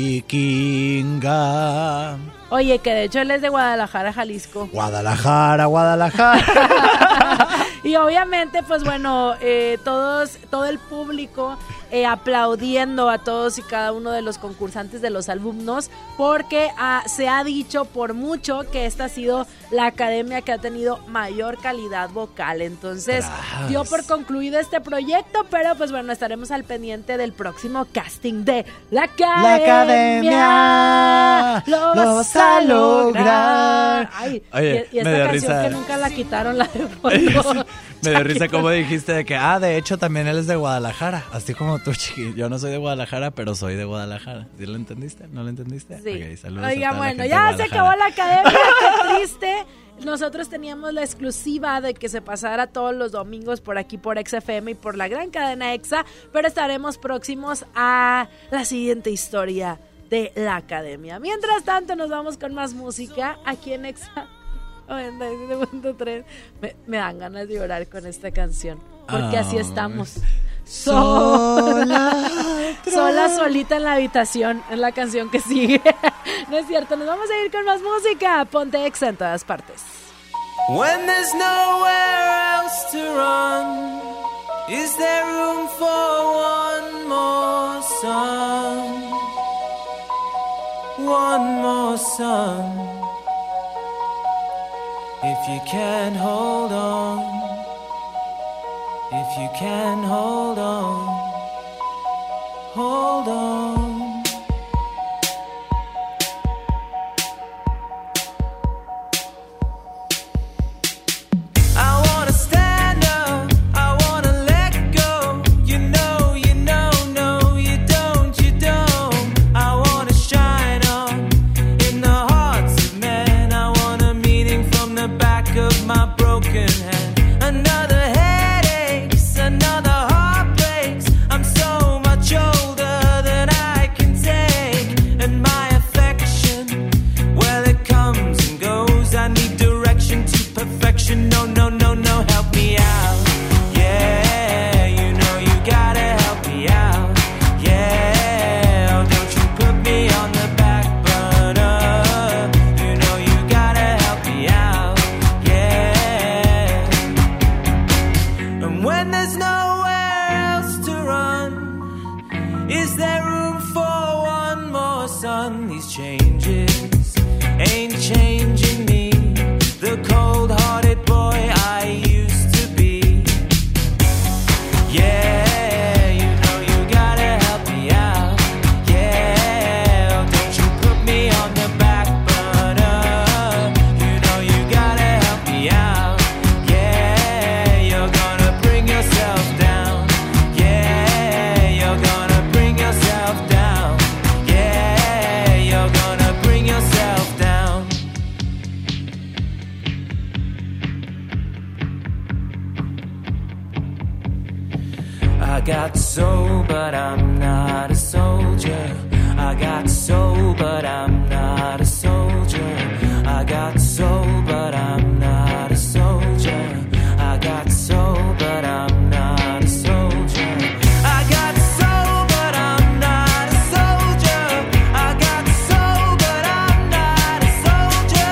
Vikinga. Oye, que de hecho él es de Guadalajara, Jalisco. Guadalajara, Guadalajara. Y obviamente, pues bueno, eh, todos, todo el público eh, aplaudiendo a todos y cada uno de los concursantes, de los alumnos, porque ah, se ha dicho por mucho que esta ha sido la academia que ha tenido mayor calidad vocal. Entonces, Tras. dio por concluido este proyecto, pero pues bueno, estaremos al pendiente del próximo casting de La Academia. La Academia lo vas, lo vas a lograr. Ay, Oye, y, y esta me dio canción risa. que nunca la quitaron, la de fondo. Me dio risa como dijiste de que, ah, de hecho también él es de Guadalajara, así como tú, chiqui. Yo no soy de Guadalajara, pero soy de Guadalajara. ¿Sí lo entendiste? ¿No lo entendiste? Sí. Okay, saludos. Oiga, a toda bueno, la ya se acabó la academia, qué triste. Nosotros teníamos la exclusiva de que se pasara todos los domingos por aquí por Exa F M y por la gran cadena Exa, pero estaremos próximos a la siguiente historia de la academia. Mientras tanto, nos vamos con más música aquí en Exa noventa y siete punto tres. Me, me dan ganas de llorar con esta canción, porque oh, así estamos. Sola, sola, solita en la habitación. Es la canción que sigue. No es cierto, nos vamos a ir con más música. Ponte Exa en todas partes. When there's nowhere else to run, is there room for one more song? One more sun. If you can hold on, if you can hold on, hold on. I wanna stand up, I wanna let go. You know, you know, no, you don't, you don't. I wanna shine on in the hearts of men. I want a meaning from the back of my broken hand. Another headaches, another heartbreaks. I'm so much older than I can take. And my affection, well, it comes and goes. I need direction to perfection. No, no, no, no, help me out. Yeah, you know you gotta help me out. Yeah, oh, don't you put me on the back burner. You know you gotta help me out. Yeah. And when there's nowhere else to run, is there room for one more sun? These changes ain't changing me, the cold-hearted boy I used to be. Yeah, you know you gotta help me out. Yeah, oh, don't you put me on the back burner. You know you gotta help me out. Yeah, you're gonna bring yourself down. Yeah, you're gonna bring yourself down. Yeah, you're gonna bring yourself down. I got soul, but I'm not a soldier. I got soul, but I'm not a soldier. I got soul, but I'm not a soldier. I got soul, but I'm not a soldier. I got soul, but I'm not a soldier. I got soul, but I'm not a soldier.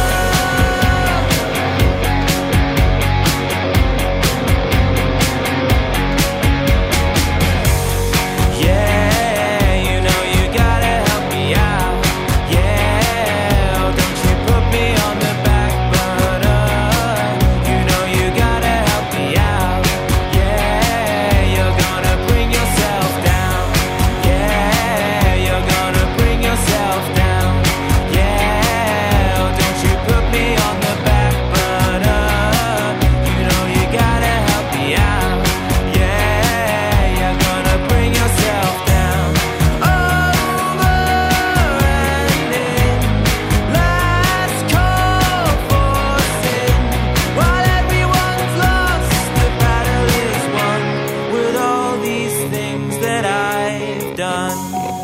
Yeah, you know you gotta help me out. Yeah, oh, don't you put me on the back burner. You know you gotta help me out. Yeah, you're gonna bring yourself down. Yeah, you're gonna bring yourself down. Yeah, oh, don't you put me on the back burner. You know you gotta help me out. Yeah, you're gonna bring yourself down. Over and in, last call for sin. While everyone's lost, the battle is won. With all these things that I've done,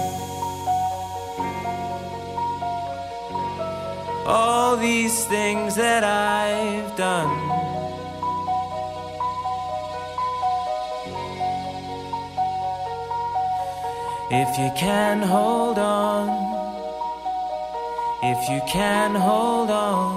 all these things that I've done. If you can hold on, if you can hold on,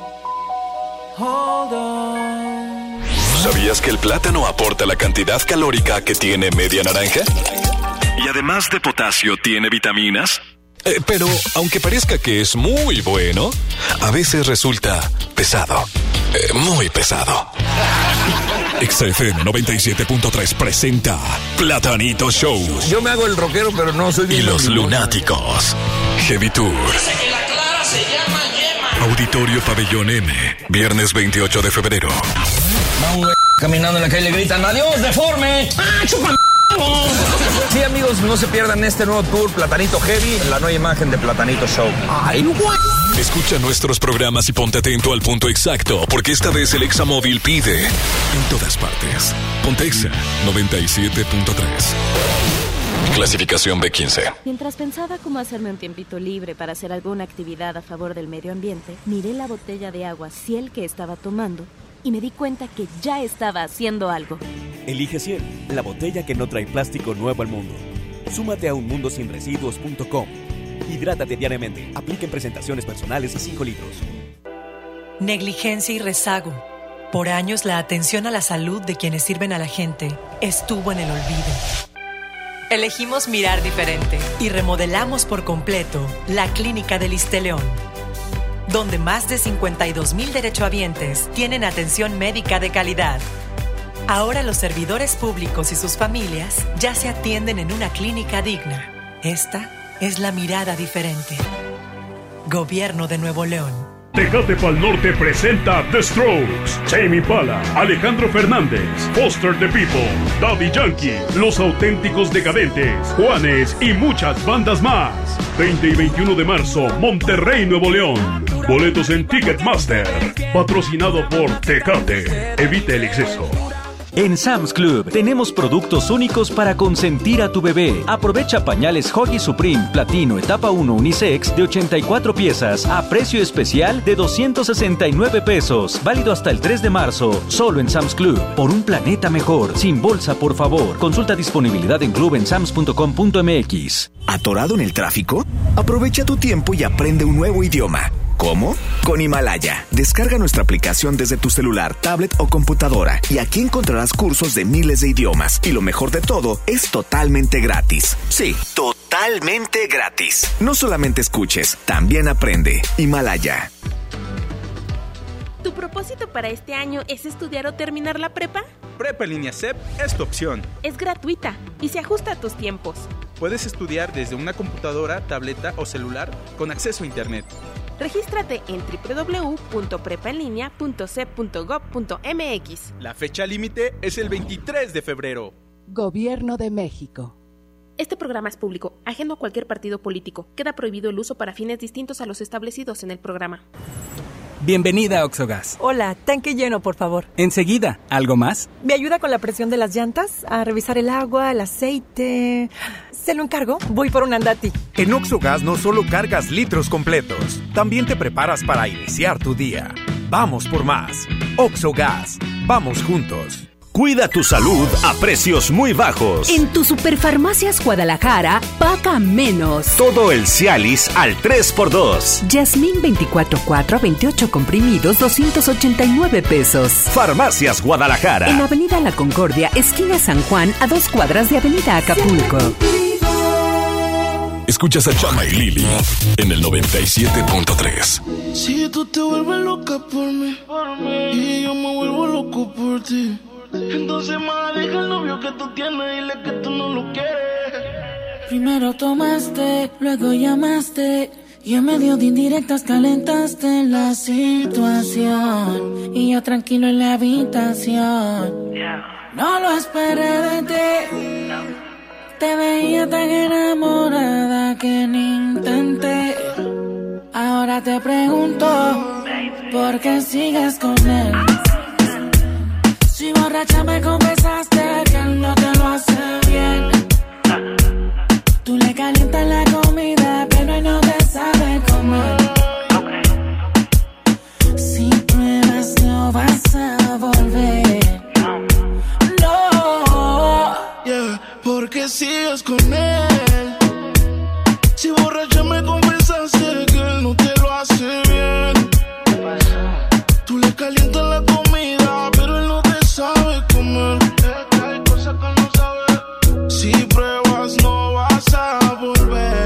hold on. ¿Sabías que el plátano aporta la cantidad calórica que tiene media naranja? Y además de potasio, tiene vitaminas. Eh, pero, aunque parezca que es muy bueno, a veces resulta pesado. Eh, muy pesado. X F M noventa y siete punto tres presenta Platanito Show. Yo me hago el rockero, pero no soy bien. Y los lunáticos. Heavy Tour. Dice que la clara se llama Yema. Auditorio Pabellón M. Viernes veintiocho de febrero. Va un güey caminando en la calle y le gritan ¡adiós, deforme! ¡Ah, chupa! Sí, amigos, no se pierdan este nuevo tour Platanito Heavy, la nueva imagen de Platanito Show. ¡Ay, güey! Escucha nuestros programas y ponte atento al punto exacto, porque esta vez el Examóvil pide en todas partes. Ponte Exa noventa y siete punto tres. Clasificación B quince. Mientras pensaba cómo hacerme un tiempito libre para hacer alguna actividad a favor del medio ambiente, miré la botella de agua Ciel que estaba tomando y me di cuenta que ya estaba haciendo algo. Elige Ciel, la botella que no trae plástico nuevo al mundo. Súmate a un mundo sin residuos punto com. Hidrátate diariamente. Apliquen presentaciones personales y cinco litros. Negligencia y rezago. Por años la atención a la salud de quienes sirven a la gente estuvo en el olvido. Elegimos mirar diferente y remodelamos por completo la Clínica del Issste León, donde más de cincuenta y dos mil derechohabientes tienen atención médica de calidad. Ahora los servidores públicos y sus familias ya se atienden en una clínica digna. Esta es la mirada diferente. Gobierno de Nuevo León. Tecate Pal Norte presenta The Strokes, Tame Impala, Alejandro Fernández, Foster the People, Daddy Yankee, Los Auténticos Decadentes, Juanes y muchas bandas más. veinte y veintiuno de marzo, Monterrey, Nuevo León. Boletos en Ticketmaster. Patrocinado por Tecate. Evite el exceso. En Sam's Club tenemos productos únicos para consentir a tu bebé. Aprovecha pañales Huggies Supreme Platino Etapa uno Unisex de ochenta y cuatro piezas a precio especial de doscientos sesenta y nueve pesos. Válido hasta el tres de marzo, solo en Sam's Club. Por un planeta mejor, sin bolsa, por favor. Consulta disponibilidad en club en sams punto com punto m x. ¿Atorado en el tráfico? Aprovecha tu tiempo y aprende un nuevo idioma. ¿Cómo? Con Himalaya. Descarga nuestra aplicación desde tu celular, tablet o computadora y aquí encontrarás cursos de miles de idiomas. Y lo mejor de todo, es totalmente gratis. Sí, totalmente gratis. No solamente escuches, también aprende. Himalaya. ¿Tu propósito para este año es estudiar o terminar la prepa? Prepa en línea C E P es tu opción. Es gratuita y se ajusta a tus tiempos. Puedes estudiar desde una computadora, tableta o celular con acceso a internet. Regístrate en doble u doble u doble u punto prepa en línea punto c e p punto gob punto m x. La fecha límite es el veintitrés de febrero. Gobierno de México. Este programa es público, ajeno a cualquier partido político. Queda prohibido el uso para fines distintos a los establecidos en el programa. Bienvenida a Oxogas. Hola, tanque lleno, por favor. Enseguida, ¿algo más? ¿Me ayuda con la presión de las llantas? A revisar el agua, el aceite... ¿Se lo encargo? Voy por un Andati. En Oxogas no solo cargas litros completos, también te preparas para iniciar tu día. Vamos por más. Oxogas. Vamos juntos. Cuida tu salud a precios muy bajos. En tu Superfarmacias Guadalajara, paga menos. Todo el Cialis al tres por dos. Yasmín veinticuatro cuatro a veintiocho comprimidos, doscientos ochenta y nueve pesos. Farmacias Guadalajara. En Avenida La Concordia, esquina San Juan, a dos cuadras de Avenida Acapulco. Escuchas a Chama y Lili en el noventa y siete punto tres. Si tú te vuelves loca por mí, por mí, y yo me vuelvo loco por ti, entonces más deja el novio que tú tienes, dile que tú no lo quieres. Primero tomaste, luego llamaste, y en medio de indirectas calentaste la situación, y yo tranquilo en la habitación. No lo esperé de ti, te veía tan enamorada que ni intenté. Ahora te pregunto, ¿por qué sigues con él? Si borracha me confesaste que él no te lo hace bien. Tú le calientas la comida, pero él no te sabe comer. Si pruebas no vas a volver. No. Yeah, porque sigues con él. Si borracha me confesaste que él no te lo hace bien. Tú le calientas la comida, pero él no te sabe comer. Es que hay cosas que no sabes. Si pruebas no vas a volver.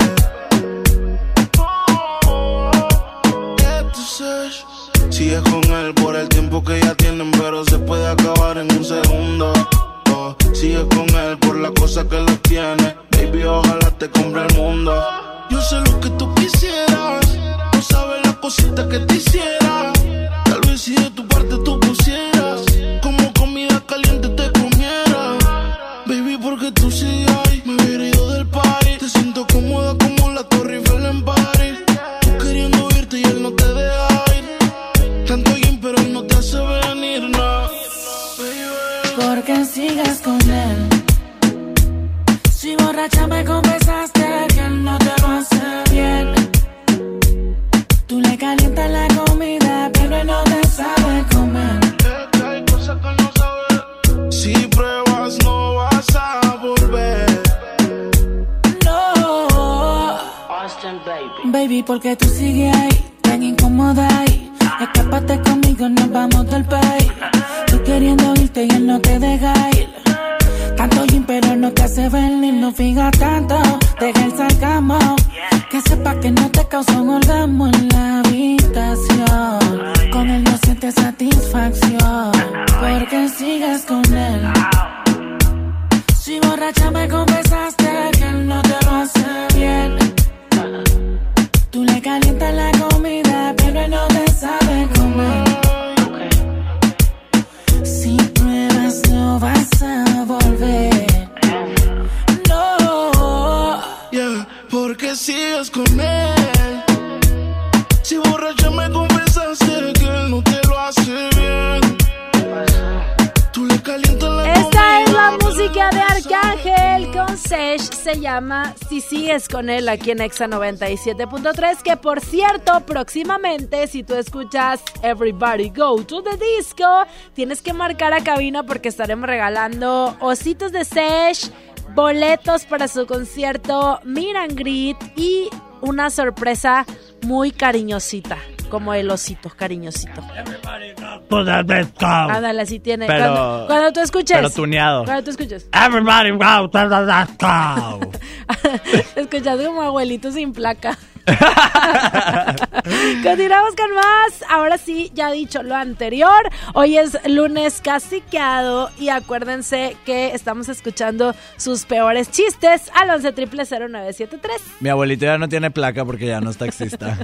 Oh, entonces sigues con él por el tiempo que ya tienen, pero se puede acabar en un segundo. Oh, sigues con él por la cosa que lo tiene. Baby, ojalá te compre el mundo. Yo sé lo que tú quisieras, no sabes las cositas que te hiciera. Tal vez si de tu parte tú pusieras, como comida caliente te comiera. Baby, porque tú sigues ahí, me hubiera ido del party. Te siento cómoda como la Torre Eiffel en París. Tú queriendo irte y él no te deja ir. Tanto bien, pero él no te hace venir, no. Porque sigues con él. Si borracha me confesaste que él no te lo hace bien. Tú le calientas la comida, pero él no te sabe comer. Es que hay cosas que no sabes. Si pruebas no vas a volver. No. Austin, baby. Baby, porque tú sigues ahí, tan incómoda ahí. Escápate conmigo, nos vamos del país. Tú queriendo irte y él no te deja ir. Tanto gym, pero no te hace se ven y no fija tanto. Deja el sarcasmo, que sepa que no te causa un orgasmo en la habitación. Con él no sientes satisfacción, porque sigues con él. Si borracha me confesaste que él no te lo hace bien. Tú le calientas la comida, pero él no te sabe comer. Si pruebas no vas a volver. No. Yeah, porque sigues con él. Si borracha me confesaste que él no te lo hace bien. Tú le calientas la comida. Esta es la música de Arcángel con Sesh, se llama Si sigues con él, aquí en Exa noventa y siete punto tres, que por cierto, próximamente si tú escuchas Everybody Go to the Disco, tienes que marcar a cabina porque estaremos regalando ositos de Sesh, boletos para su concierto Meet and Greet y una sorpresa muy cariñosita, como el osito cariñosito. Ándale, así tiene. Pero, cuando, cuando tú escuches. Pero tuneado. Cuando tú escuches. Everybody go to the disco. Escuchas como abuelito sin placa. Continuamos con más. Ahora sí, ya dicho lo anterior, hoy es lunes caciqueado y acuérdense que estamos escuchando sus peores chistes al once triple cero nueve siete tres. Mi abuelito ya no tiene placa porque ya no es taxista.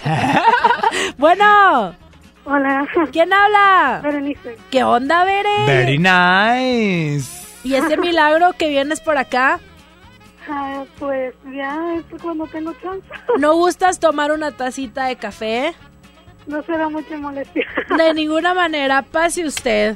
Bueno. Hola. ¿Quién habla? Berenice. ¿Qué onda, Bere? Very nice. ¿Y ese milagro que vienes por acá? Ah, pues ya es cuando tengo chance. ¿No gustas tomar una tacita de café? No será mucha molestia. De ninguna manera, pase usted.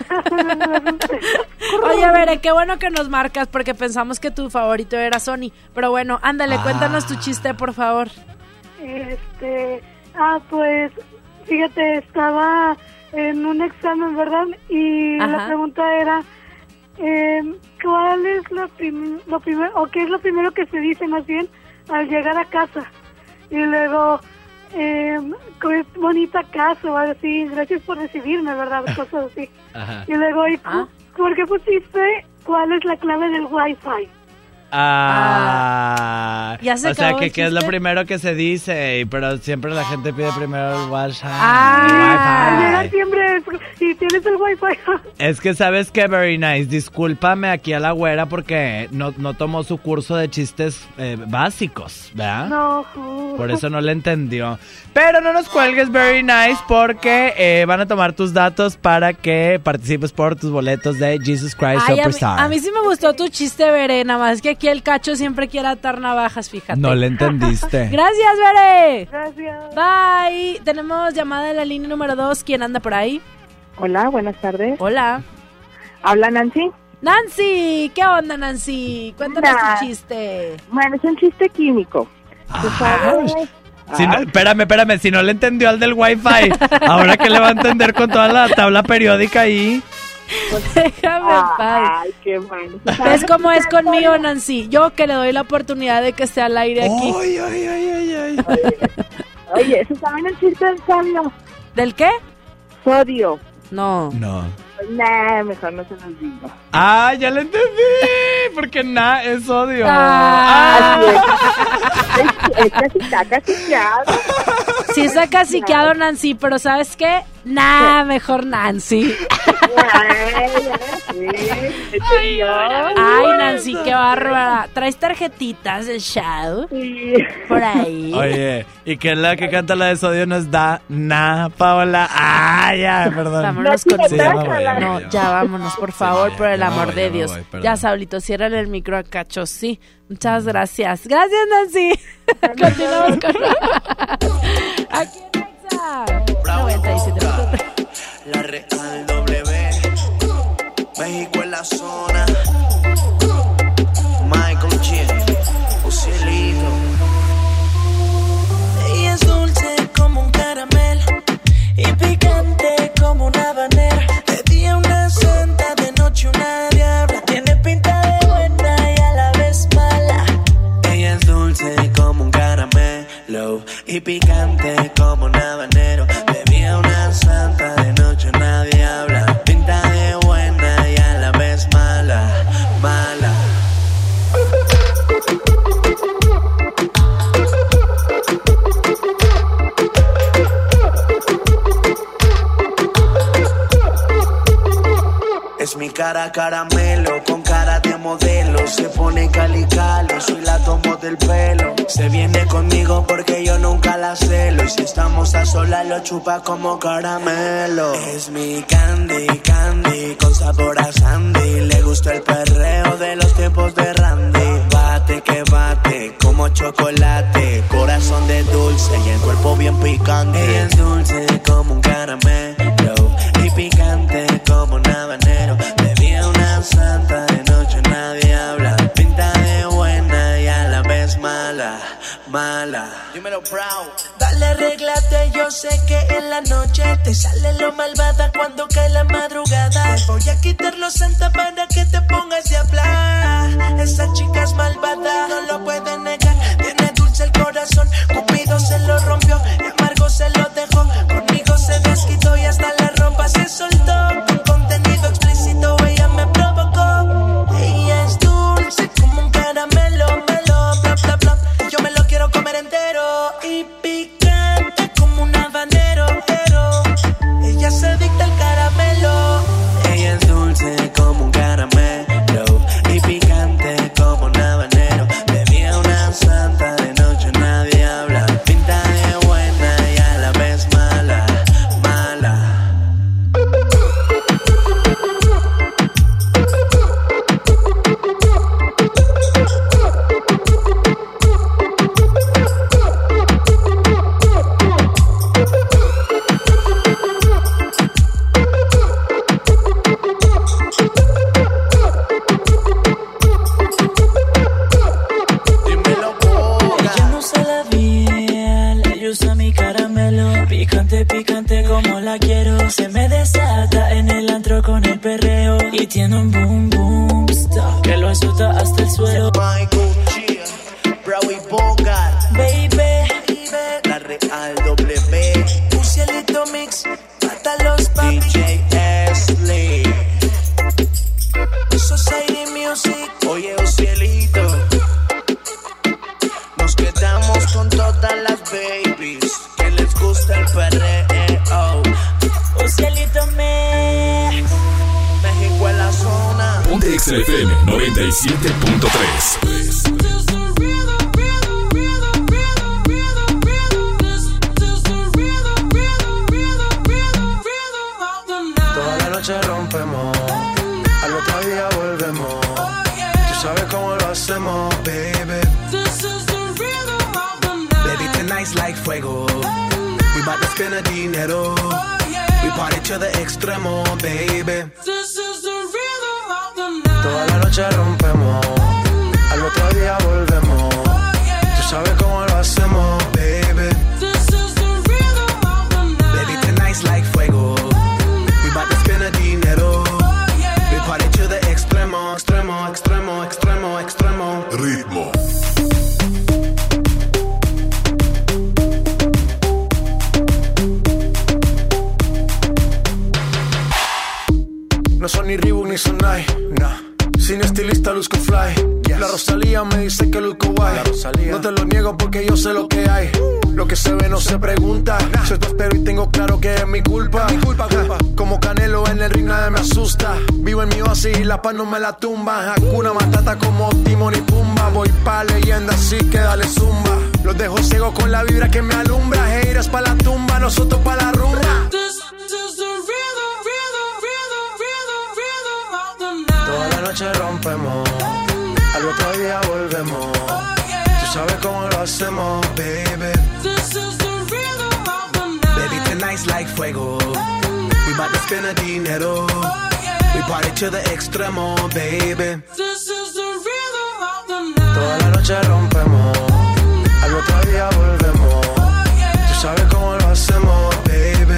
Oye, Bere, qué bueno que nos marcas porque pensamos que tu favorito era Sony. Pero bueno, ándale, ah. cuéntanos tu chiste, por favor. Este, ah, pues, fíjate, estaba en un examen, ¿verdad? Y Ajá. la pregunta era, eh, ¿cuál es lo, prim- lo primero, o qué es lo primero que se dice más bien al llegar a casa? Y luego, eh, qué bonita casa, o algo así, gracias por recibirme, ¿verdad? Cosas así. Ajá. Y luego, ¿y ¿Ah? ¿por qué pusiste cuál es la clave del Wi-Fi? Ah, ¿Ya se o sea, que qué es lo primero que se dice, pero siempre la gente pide primero el Wi-Fi. Ah, el siempre es, si tienes el Wi-Fi. Es que sabes que Very Nice, discúlpame aquí a la güera porque no, no tomó su curso de chistes eh, básicos, ¿verdad? No. Por eso no le entendió. Pero no nos cuelgues, Very Nice, porque eh, van a tomar tus datos para que participes por tus boletos de Jesus Christ Ay, Superstar. A mí, a mí sí me gustó tu chiste, Veré, nada más que aquí el Cacho siempre quiere atar navajas, fíjate. No le entendiste. Gracias, Veré. Gracias. Bye. Tenemos llamada en la línea número dos. ¿Quién anda por ahí? Hola, buenas tardes. Hola. ¿Habla Nancy? Nancy, ¿qué onda, Nancy? Cuéntanos Nah. tu chiste. Bueno, es un chiste químico. Si no, espérame, espérame, si no le entendió al del Wi-Fi, ahora que le va a entender con toda la tabla periódica ahí. Déjame en paz. Ay, qué bueno. ¿Ves cómo es conmigo, Nancy? Yo que le doy la oportunidad de que esté al aire aquí. Ay, ay, ay, ay, ay. Oye, oye, ¿se saben el chiste del sodio? ¿Del qué? Sodio. No. No. Pues nah, mejor no se los digo. Ah, ya lo entendí. Porque nada es odio. Ah, ah. Es, es casi está caciqueado. Sí está caciqueado, Nancy, pero ¿sabes qué? Nah, mejor Nancy. Ay, ay, ay, Nancy, qué bárbara. ¿Traes tarjetitas del show? Sí. Por ahí. Oye, ¿y qué es la que canta la de sodio? Nos da na, Paola. Ah, ya, perdón. Vámonos con sí, ya me voy, ya me No, voy. ya vámonos, por favor, Sí, por el ya me amor voy, de ya me Dios. voy, perdón. Ya, Saulito, ciérrale el micro a Cacho, sí. Muchas gracias. Gracias, Nancy. Continuamos con... Aquí en Exa noventa y siete punto tres. La Real W, México en la zona. Michael G, Ucielito. Ella es dulce como un caramelo y picante como una habanera. De día una santa, de noche una diabla. Tiene pinta de buena y a la vez mala. Ella es dulce como un caramelo y picante como un habanero. De día una santa, de noche una diabla. Pinta de buena y a la vez mala, mala. cara a caramelo, con cara de modelo. Se pone calicalo, si la tomo del pelo. Se viene conmigo porque yo nunca la celo. Y si estamos a solas lo chupa como caramelo. Es mi candy, candy, con sabor a Sandy. Le gusta el perreo de los tiempos de Randy. Bate que bate, como chocolate. Corazón de dulce y el cuerpo bien picante. Ella es dulce como un caramelo y picante como un habanero. Bebí a una santa, de noche nadie habla. Pinta de buena y a la vez mala, mala. Dímelo, proud. Dale, arréglate, yo sé que en la noche te sale lo malvada cuando cae la madrugada. Te voy a quitar los santa para que te pongas a hablar. Esa chica es malvada, no lo puede negar. Tiene dulce el corazón, Cupido se lo rompió y amargo se lo dejó. Conmigo se desquitó y hasta la ropa se soltó. Con contenido explícito ella me provocó. Ella es dulce como un caramelo, melo, bla, bla, bla. Yo me lo quiero comer entero. Y picante como un habanero, pero ella se dicta el caramelo. Ella es dulce como un caramelo y picante como un habanero. Bebí a una santa, de noche nadie habla. Pinta de buena y a la vez mala, mala. Ella no usa la miel, ella usa mi caramelo. Picante, picante como la quiero. Se me desata en el antro con el perreo. Y tiene un boom, boom, stop que lo azota hasta el suelo. Michael G, Browy Bogart, Baby, la Real W, un cielito mix, mata los papi. D J Ashley. Society Music. Oye, oh cielito, nos quedamos con todas las babies que les gusta el perreo. Un cielito mix. México en la zona. Ponte X F M noventa y siete punto tres. Toda la noche rompemos, al otro día volvemos. Tú sabes cómo lo hacemos, baby. Baby, tonight's like fuego. We bout to spend a dinero. We party to the extremo, baby. Toda la noche rompemos, al otro día volvemos. Tú sabes cómo lo hacemos, baby. Baby, tonight's like fuego. We bout to spend a dinero. We party to the extremo, extremo, extremo, extremo, extremo. Ritmo. No son ni Reebok ni Sonai, nah. Sin estilista luzco fly, yes. La Rosalía me dice que luzco guay. No te lo niego porque yo sé lo que hay. Lo que se ve no se pregunta, nah. Soy tu espero y tengo claro que es mi culpa, mi culpa, culpa. Como Canelo en el ring nadie me asusta. Vivo en mi oasis y la paz no me la tumba. Hakuna Matata como Timon y Pumba. Voy pa' leyenda así que dale zumba. Los dejo ciego con la vibra que me alumbra. Heiras pa' la tumba, nosotros pa' la rumba. Toda la noche rompemos, al otro día volvemos. Tú sabes cómo lo hacemos, baby. Baby, tonight's like fuego. We bout to spend a dinero. We party to the extremo, baby. Toda la noche rompemos, al otro día volvemos. Tú sabes cómo lo hacemos, baby.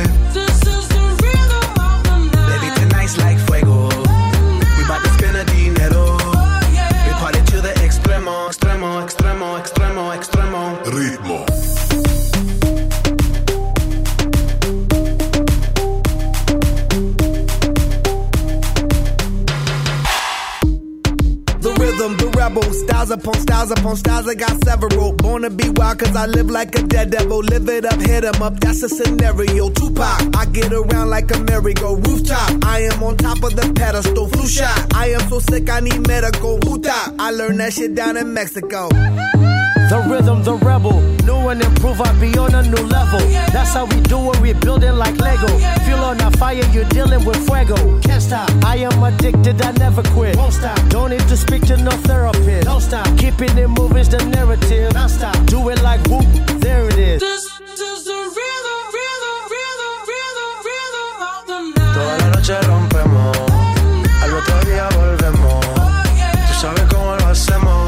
Baby, tonight's like fuego. Bout to spend a dinero. We party to the extremo, extremo, extremo, extremo, extremo. Ritmo. The rhythm, the rebel, styles upon styles upon styles, I got several. Born to be wild cause I live like a dead devil. Live it up, hit 'em up, that's a scenario. Tupac, I get around like a merry-go rooftop. I am on top of the pedestal, flu shot. I am so sick I need medical. Huta, I learned that shit down in Mexico. The rhythm, the rebel, new and improve, I be on a new level. That's how we do it, we build it like Lego. Feel on a fire, you're dealing with fuego. Can't stop, I am addicted, I never quit. Won't stop, don't need to speak to no therapist. Don't stop, keeping it moving's the narrative. Don't stop, do it like whoop, there it is. This, this the rhythm, rhythm, rhythm, rhythm, rhythm of the night. Toda la noche rompemos, al otro día volvemos. Tú sabes cómo lo hacemos.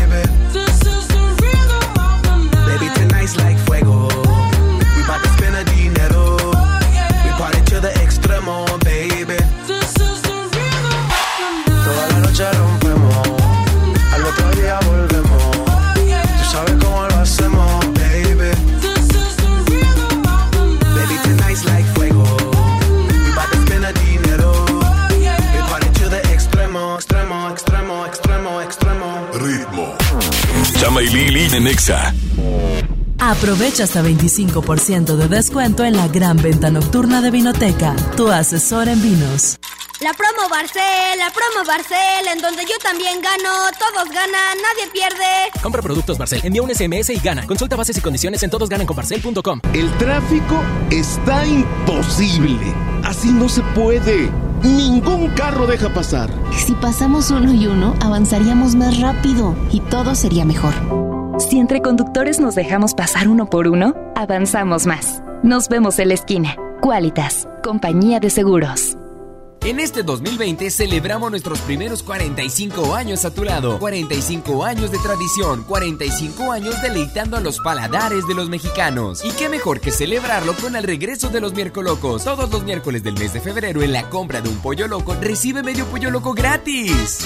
Like fuego, we bout to spend a dinero. We party to the extremo, baby. This is the rhythm of the night. Toda la noche rompemos, al otro día volvemos. Tú sabes cómo lo hacemos, baby. This is the rhythm of the night. Baby, tonight's like fuego. We bout to spend a dinero. We party to the extremo, extremo, extremo, extremo, extremo. Ritmo. Chama y Lili en Nexa. Aprovecha hasta veinticinco por ciento de descuento en la gran venta nocturna de Vinoteca, tu asesor en vinos. La promo Barcel, la promo Barcel, en donde yo también gano, todos ganan, nadie pierde. Compra productos Barcel, envía un ese eme ese y gana. Consulta bases y condiciones en todos ganan con barcel punto com. El tráfico está imposible. Así no se puede. Ningún carro deja pasar. Si pasamos uno y uno, avanzaríamos más rápido y todo sería mejor. Si entre conductores nos dejamos pasar uno por uno, avanzamos más. Nos vemos en la esquina. Qualitas, compañía de seguros. En este dos mil veinte celebramos nuestros primeros cuarenta y cinco años a tu lado. cuarenta y cinco años de tradición, cuarenta y cinco años deleitando a los paladares de los mexicanos. Y qué mejor que celebrarlo con el regreso de los Miercolocos. Todos los miércoles del mes de febrero, en la compra de un pollo loco, recibe medio pollo loco gratis.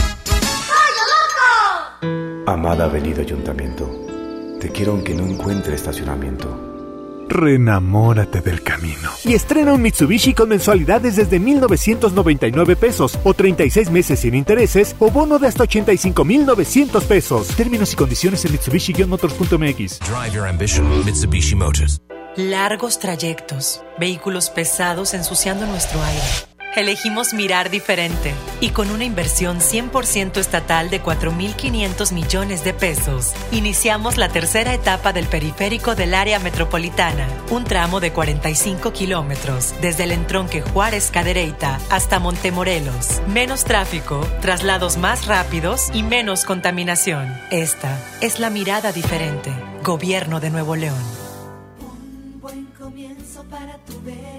¡Pollo loco! Amada Avenida Ayuntamiento, te quiero aunque no encuentre estacionamiento. Renamórate del camino y estrena un Mitsubishi con mensualidades desde mil novecientos noventa y nueve pesos o treinta y seis meses sin intereses o bono de hasta ochenta y cinco mil novecientos pesos. Términos y condiciones en mitsubishi guion motors punto m x. Drive your ambition, Mitsubishi Motors. Largos trayectos, vehículos pesados ensuciando nuestro aire. Elegimos mirar diferente y con una inversión cien por ciento estatal de cuatro mil quinientos millones de pesos, iniciamos la tercera etapa del periférico del área metropolitana, un tramo de cuarenta y cinco kilómetros desde el entronque Juárez-Cadereyta hasta Montemorelos. Menos tráfico, traslados más rápidos y menos contaminación. Esta es la mirada diferente. Gobierno de Nuevo León. Un buen comienzo para tu bebé.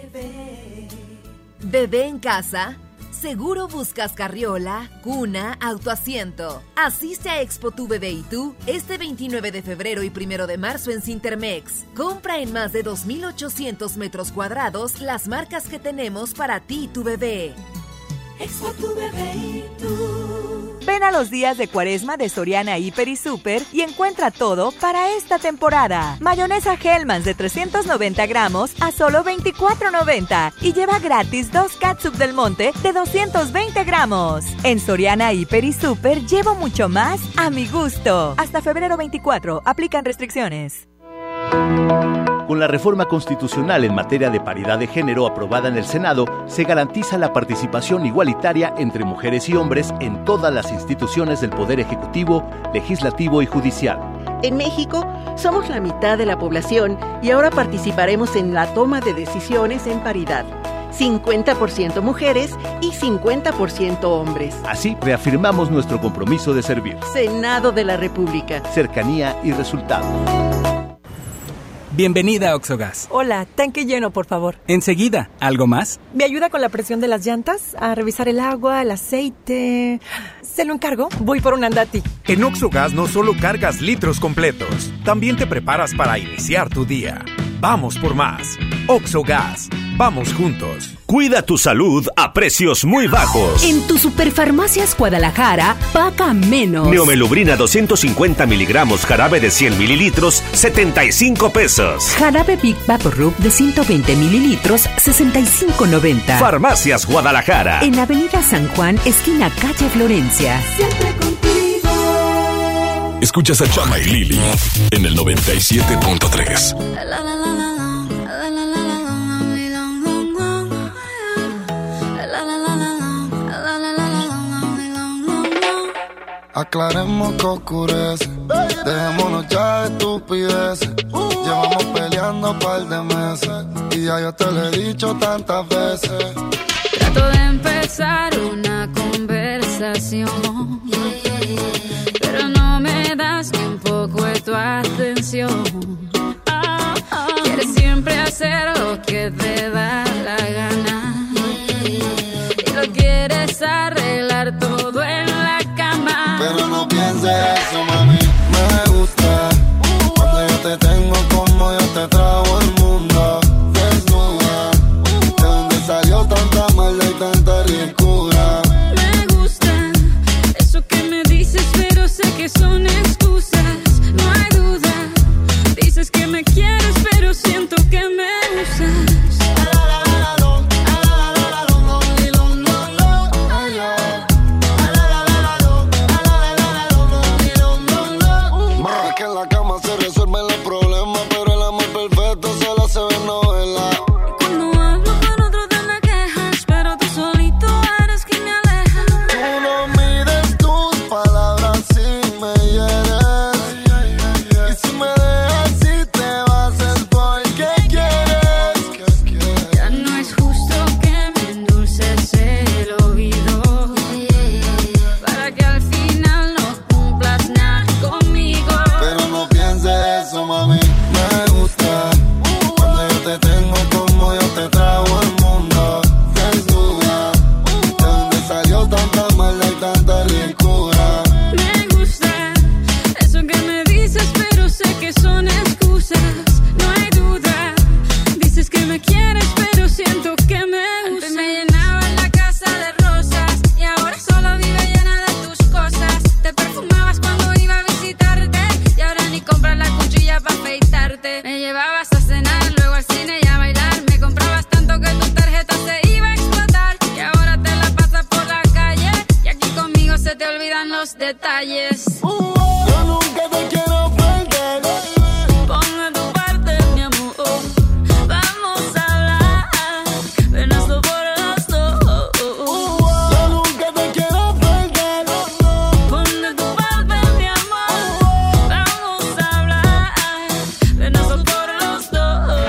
¿Bebé en casa? Seguro buscas carriola, cuna, autoasiento. Asiste a Expo Tu Bebé y Tú este veintinueve de febrero y primero de marzo en Cintermex. Compra en más de dos mil ochocientos metros cuadrados las marcas que tenemos para ti y tu bebé. Expo Tu Bebé y Tú. Ven a los días de Cuaresma de Soriana Hiper y Super y encuentra todo para esta temporada. Mayonesa Hellmann's de trescientos noventa gramos a solo veinticuatro noventa y lleva gratis dos catsup del monte de doscientos veinte gramos. En Soriana Hiper y Super llevo mucho más a mi gusto. Hasta febrero veinticuatro, aplican restricciones. Con la reforma constitucional en materia de paridad de género aprobada en el Senado, se garantiza la participación igualitaria entre mujeres y hombres en todas las instituciones del Poder Ejecutivo, Legislativo y Judicial. En México, somos la mitad de la población y ahora participaremos en la toma de decisiones en paridad. cincuenta por ciento mujeres y cincuenta por ciento hombres. Así, reafirmamos nuestro compromiso de servir. Senado de la República. Cercanía y resultados. Bienvenida a Oxogas. Hola, tanque lleno, por favor. Enseguida, ¿algo más? ¿Me ayuda con la presión de las llantas? A revisar el agua, el aceite... ¿Se lo encargo? Voy por un Andati. En Oxogas no solo cargas litros completos, también te preparas para iniciar tu día. Vamos por más. Oxogas. Vamos juntos. Cuida tu salud a precios muy bajos. En tu Superfarmacias Guadalajara, paga menos. Neomelubrina doscientos cincuenta miligramos, jarabe de cien mililitros, setenta y cinco pesos. Jarabe Big Vaporub de ciento veinte mililitros, sesenta y cinco noventa. Farmacias Guadalajara. En Avenida San Juan, esquina calle Florencia. Siempre contigo. Escuchas a Chama y Lili en el noventa y siete punto tres. Aclaremos que oscurece, dejémonos ya de estupideces. Llevamos peleando un par de meses y ya yo te lo he dicho tantas veces. Trato de empezar una conversación, pero no me das ni un poco de tu atención. Quieres siempre hacer lo que te da la gana y lo quieres arreglar todo en la cama. Pero no pienses eso, mami, me gusta cuando yo te tengo como yo te trago el mundo. Desnuda, de donde salió tanta maldad y tanta ricura. Me gusta eso que me dices, pero sé que son excusas. No hay duda, dices que me quieres, pero siento que me usas. Detalles. Yo nunca te quiero perder. Ponme tu parte, mi amor. Vamos a hablar. Ven, hazlo por los dos. Yo nunca te quiero perder. Ponme tu parte, mi amor. Vamos a hablar. Ven, hazlo por los dos.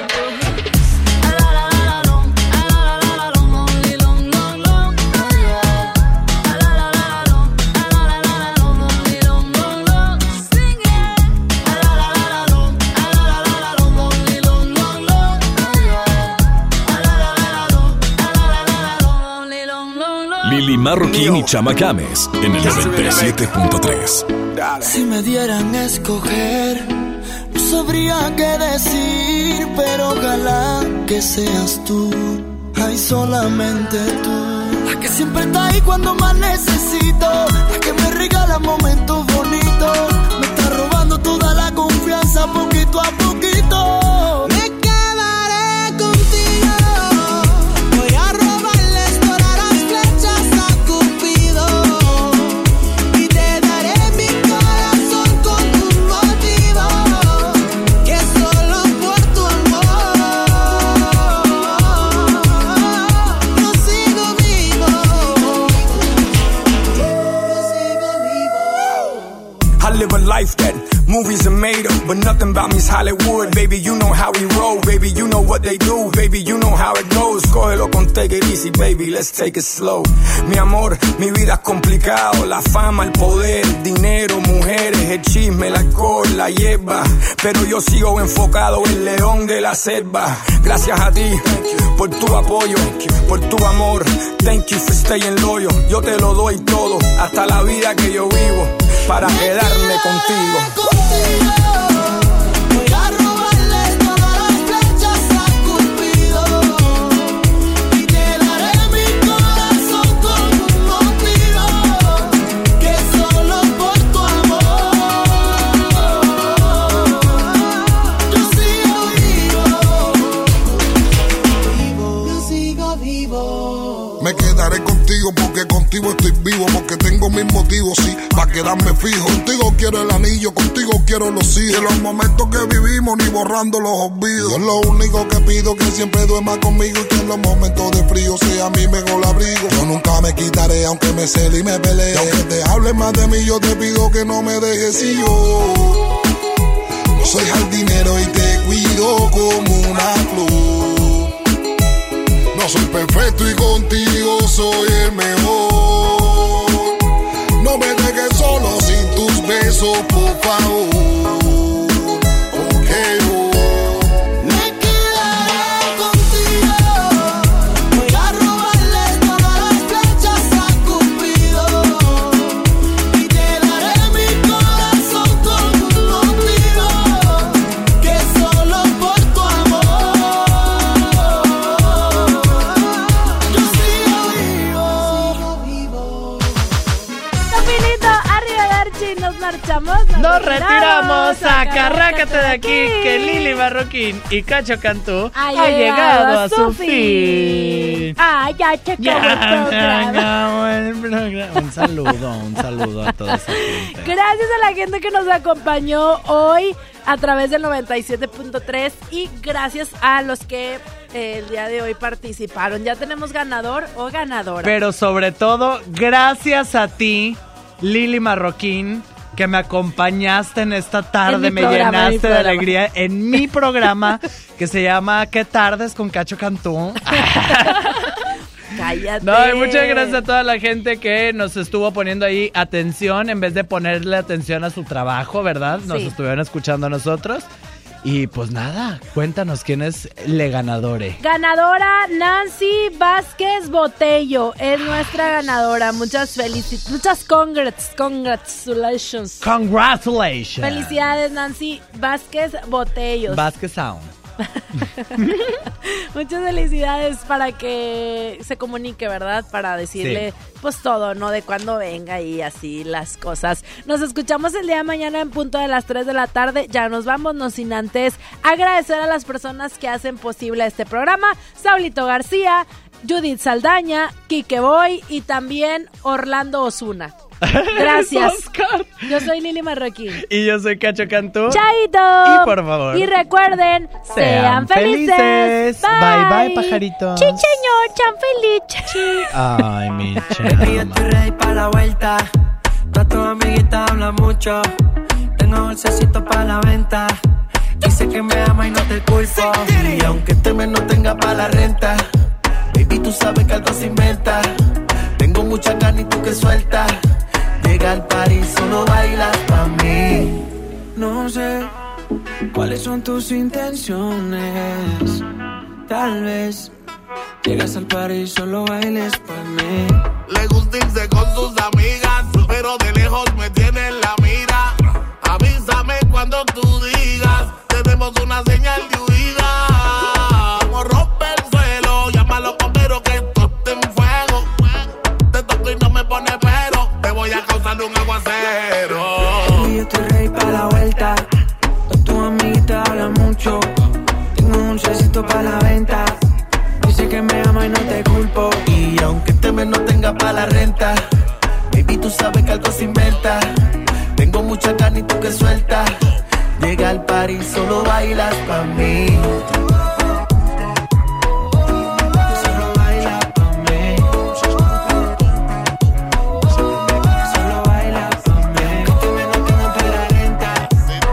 Lili Marroquín y Chama Games en el noventa y siete punto tres. Si me dieran a escoger, no sabría qué decir, pero ojalá que seas tú, ay, solamente tú. La que siempre está ahí cuando más necesito, la que me regala momentos bonitos, me está robando toda la confianza poquito a poquito. Live a life that movies are made of, but nothing about me's Hollywood. Baby, you know how we roll. Baby, you know what they do. Baby, you know how it goes. Cógelo con take it easy, baby, let's take it slow. Mi amor, mi vida es complicado. La fama, el poder, el dinero, mujeres, el chisme, el alcohol, la hierba. Pero yo sigo enfocado en el león de la selva. Gracias a ti por tu apoyo, por tu amor. Thank you for staying loyal. Yo te lo doy todo, hasta la vida que yo vivo, para quedarme contigo. Contigo. Voy a robarle todas las flechas a Cupido y te daré mi corazón con un motivo, que solo por tu amor yo sigo vivo, vivo, yo sigo vivo. Me quedaré contigo porque contigo estoy vivo, porque tengo mis motivos, sí, pa' que quedarme fijo. Contigo quiero el anillo, contigo quiero los hijos. De los momentos que vivimos ni borrando los olvidos. Yo lo único que pido que siempre duerma conmigo y que en los momentos de frío sea mi mejor abrigo. Yo nunca me quitaré aunque me cele y me pelee. Y aunque te hables más de mí, yo te pido que no me dejes. Y yo no soy jardinero y te cuido como una flor. No soy perfecto y contigo soy el mejor. No me dejes solo sin tus besos, por favor. Porque yo me quedaré contigo. Voy a robarle todas las flechas a Cupido. Y te daré mi corazón con un motivo, que solo por tu amor yo sigo vivo. Capilito, arriba Darchi, nos marchamos. Nos, Nos retiramos, acárrate acárrate de aquí, que Lili Marroquín y Cacho Cantú ha, ha llegado, llegado a su fin. fin. Ah, ya se acabó el programa. acabó el programa. Un saludo, un saludo a toda esa gente. Gracias a la gente que nos acompañó hoy a través del noventa y siete punto tres y gracias a los que eh, el día de hoy participaron. Ya tenemos ganador o ganadora. Pero sobre todo, gracias a ti, Lili Marroquín, que me acompañaste en esta tarde, En mi me programa, llenaste mi de programa. alegría en mi programa que se llama ¿Qué tardes con Cacho Cantú? Cállate. No, y muchas gracias a toda la gente que nos estuvo poniendo ahí atención en vez de ponerle atención a su trabajo, ¿verdad? Nos Sí. estuvieron escuchando a nosotros. Y pues nada, cuéntanos quién es le ganadore. Ganadora Nancy Vázquez Botello es nuestra ganadora. Muchas felicidades, muchas congrats, congratulations. Congratulations. Felicidades Nancy Vázquez Botello. Vázquez Sound. Muchas felicidades para que se comunique, ¿verdad? Para decirle Sí. pues todo, ¿no? De cuándo venga y así las cosas. Nos escuchamos el día de mañana en punto de las tres de la tarde. Ya nos vamos, no sin antes agradecer a las personas que hacen posible este programa. Saulito García, Judith Saldaña, Quique Boy y también Orlando Osuna. Gracias. Yo soy Lili Marroquín. Y yo soy Cacho Cantú. ¡Chaito! Y por favor, Y recuerden, sean, sean felices. felices. Bye, Bye, bye, pajaritos. Sí, señor, sean felices. Ay, mi Baby, yo estoy ready pa' la vuelta. Todas tus amiguitas hablan mucho. Tengo dulcecito pa' la venta. Dice que me ama y no te culpo. Y aunque este mes no tenga pa' la renta, baby, tú sabes que algo se inventa. Tengo mucha ganas y tú que sueltas. Llega al party, solo bailas pa' mí. No sé cuáles son tus intenciones. Tal vez llegas al party y solo bailes pa' mí. Le gusta irse con sus amigas, pero de lejos me tiene en la mira. Avísame cuando tú digas, tenemos una señal de huida. Como rompe el suelo, llama a los bomberos que esto está en fuego. Te toco y no me pone pero, te voy a causar un aguacero. Baby, yo estoy ready pa' la vuelta. Todas tus amiguitas hablan mucho. Tengo un dulcecito pa' la venta. Dice que me ama y no te culpo. Y aunque este mes no tenga pa' la renta, baby, tú sabes que algo se inventa. Tengo mucha ganas y tú que sueltas. Llega al party, solo bailas pa' mí. Solo baila pa' mí. Solo baila pa' mí. Que me no tenga pa' la renta.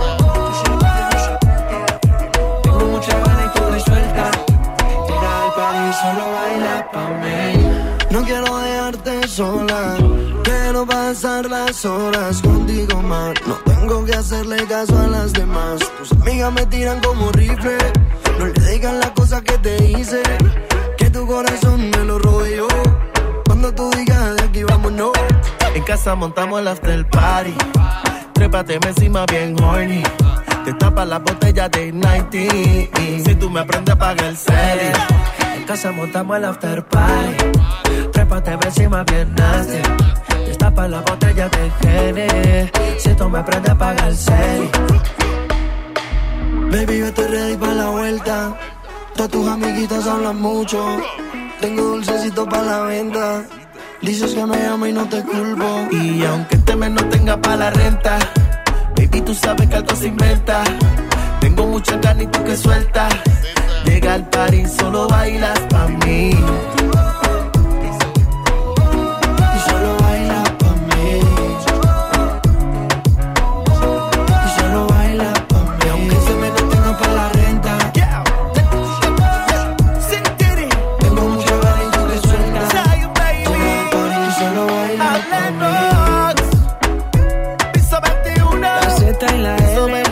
Tengo mucha ganas y tú que sueltas. Llega al party, solo baila pa' mí. No quiero dejarte sola, quiero pasar las horas contigo más. No tengo que hacerle caso a las demás. Tus amigas me tiran como rifle. No le digan las cosas que te hice, que tu corazón me lo robé yo. Cuando tú digas de aquí vámonos. En casa montamos el after party. Trépate encima bien horny. Te tapas la botella de noventa. Si tú me aprendes a pagar el serie. En casa montamos el after party. Trépate encima bien nasty. Destapa la botella de Gene. Si tú me aprendes a pagar el serie. Baby, yo estoy ready para la vuelta. Todas tus amiguitas hablan mucho. Tengo dulcecito para la venta. Dices que me amo y no te culpo. Y aunque este mes no tenga pa' la renta, baby, tú sabes que algo se inventa. Tengo mucha carne y tú que sueltas. Llega al party, solo bailas pa' mí. Y solo bailas pa' mí. Y solo bailas pa' mí. Y aunque ese mes no tenga pa' la renta, tengo mucha carne y tú que sueltas. Llega al party, solo bailas pa' mí. Piso veintiuno, la Z y la L.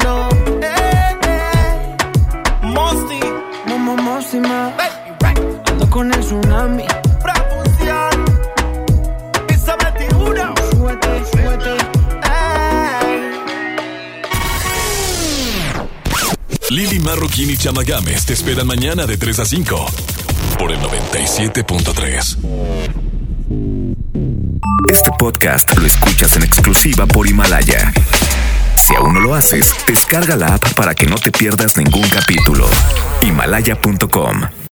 Ando con el tsunami. Profusión. Piso veintiuno. Suete, suete. Lili Marroquín y Chama Games te esperan mañana de tres a cinco por el noventa y siete punto tres. Este podcast lo escuchas en exclusiva por Himalaya. Si aún no lo haces, descarga la app para que no te pierdas ningún capítulo. Himalaya punto com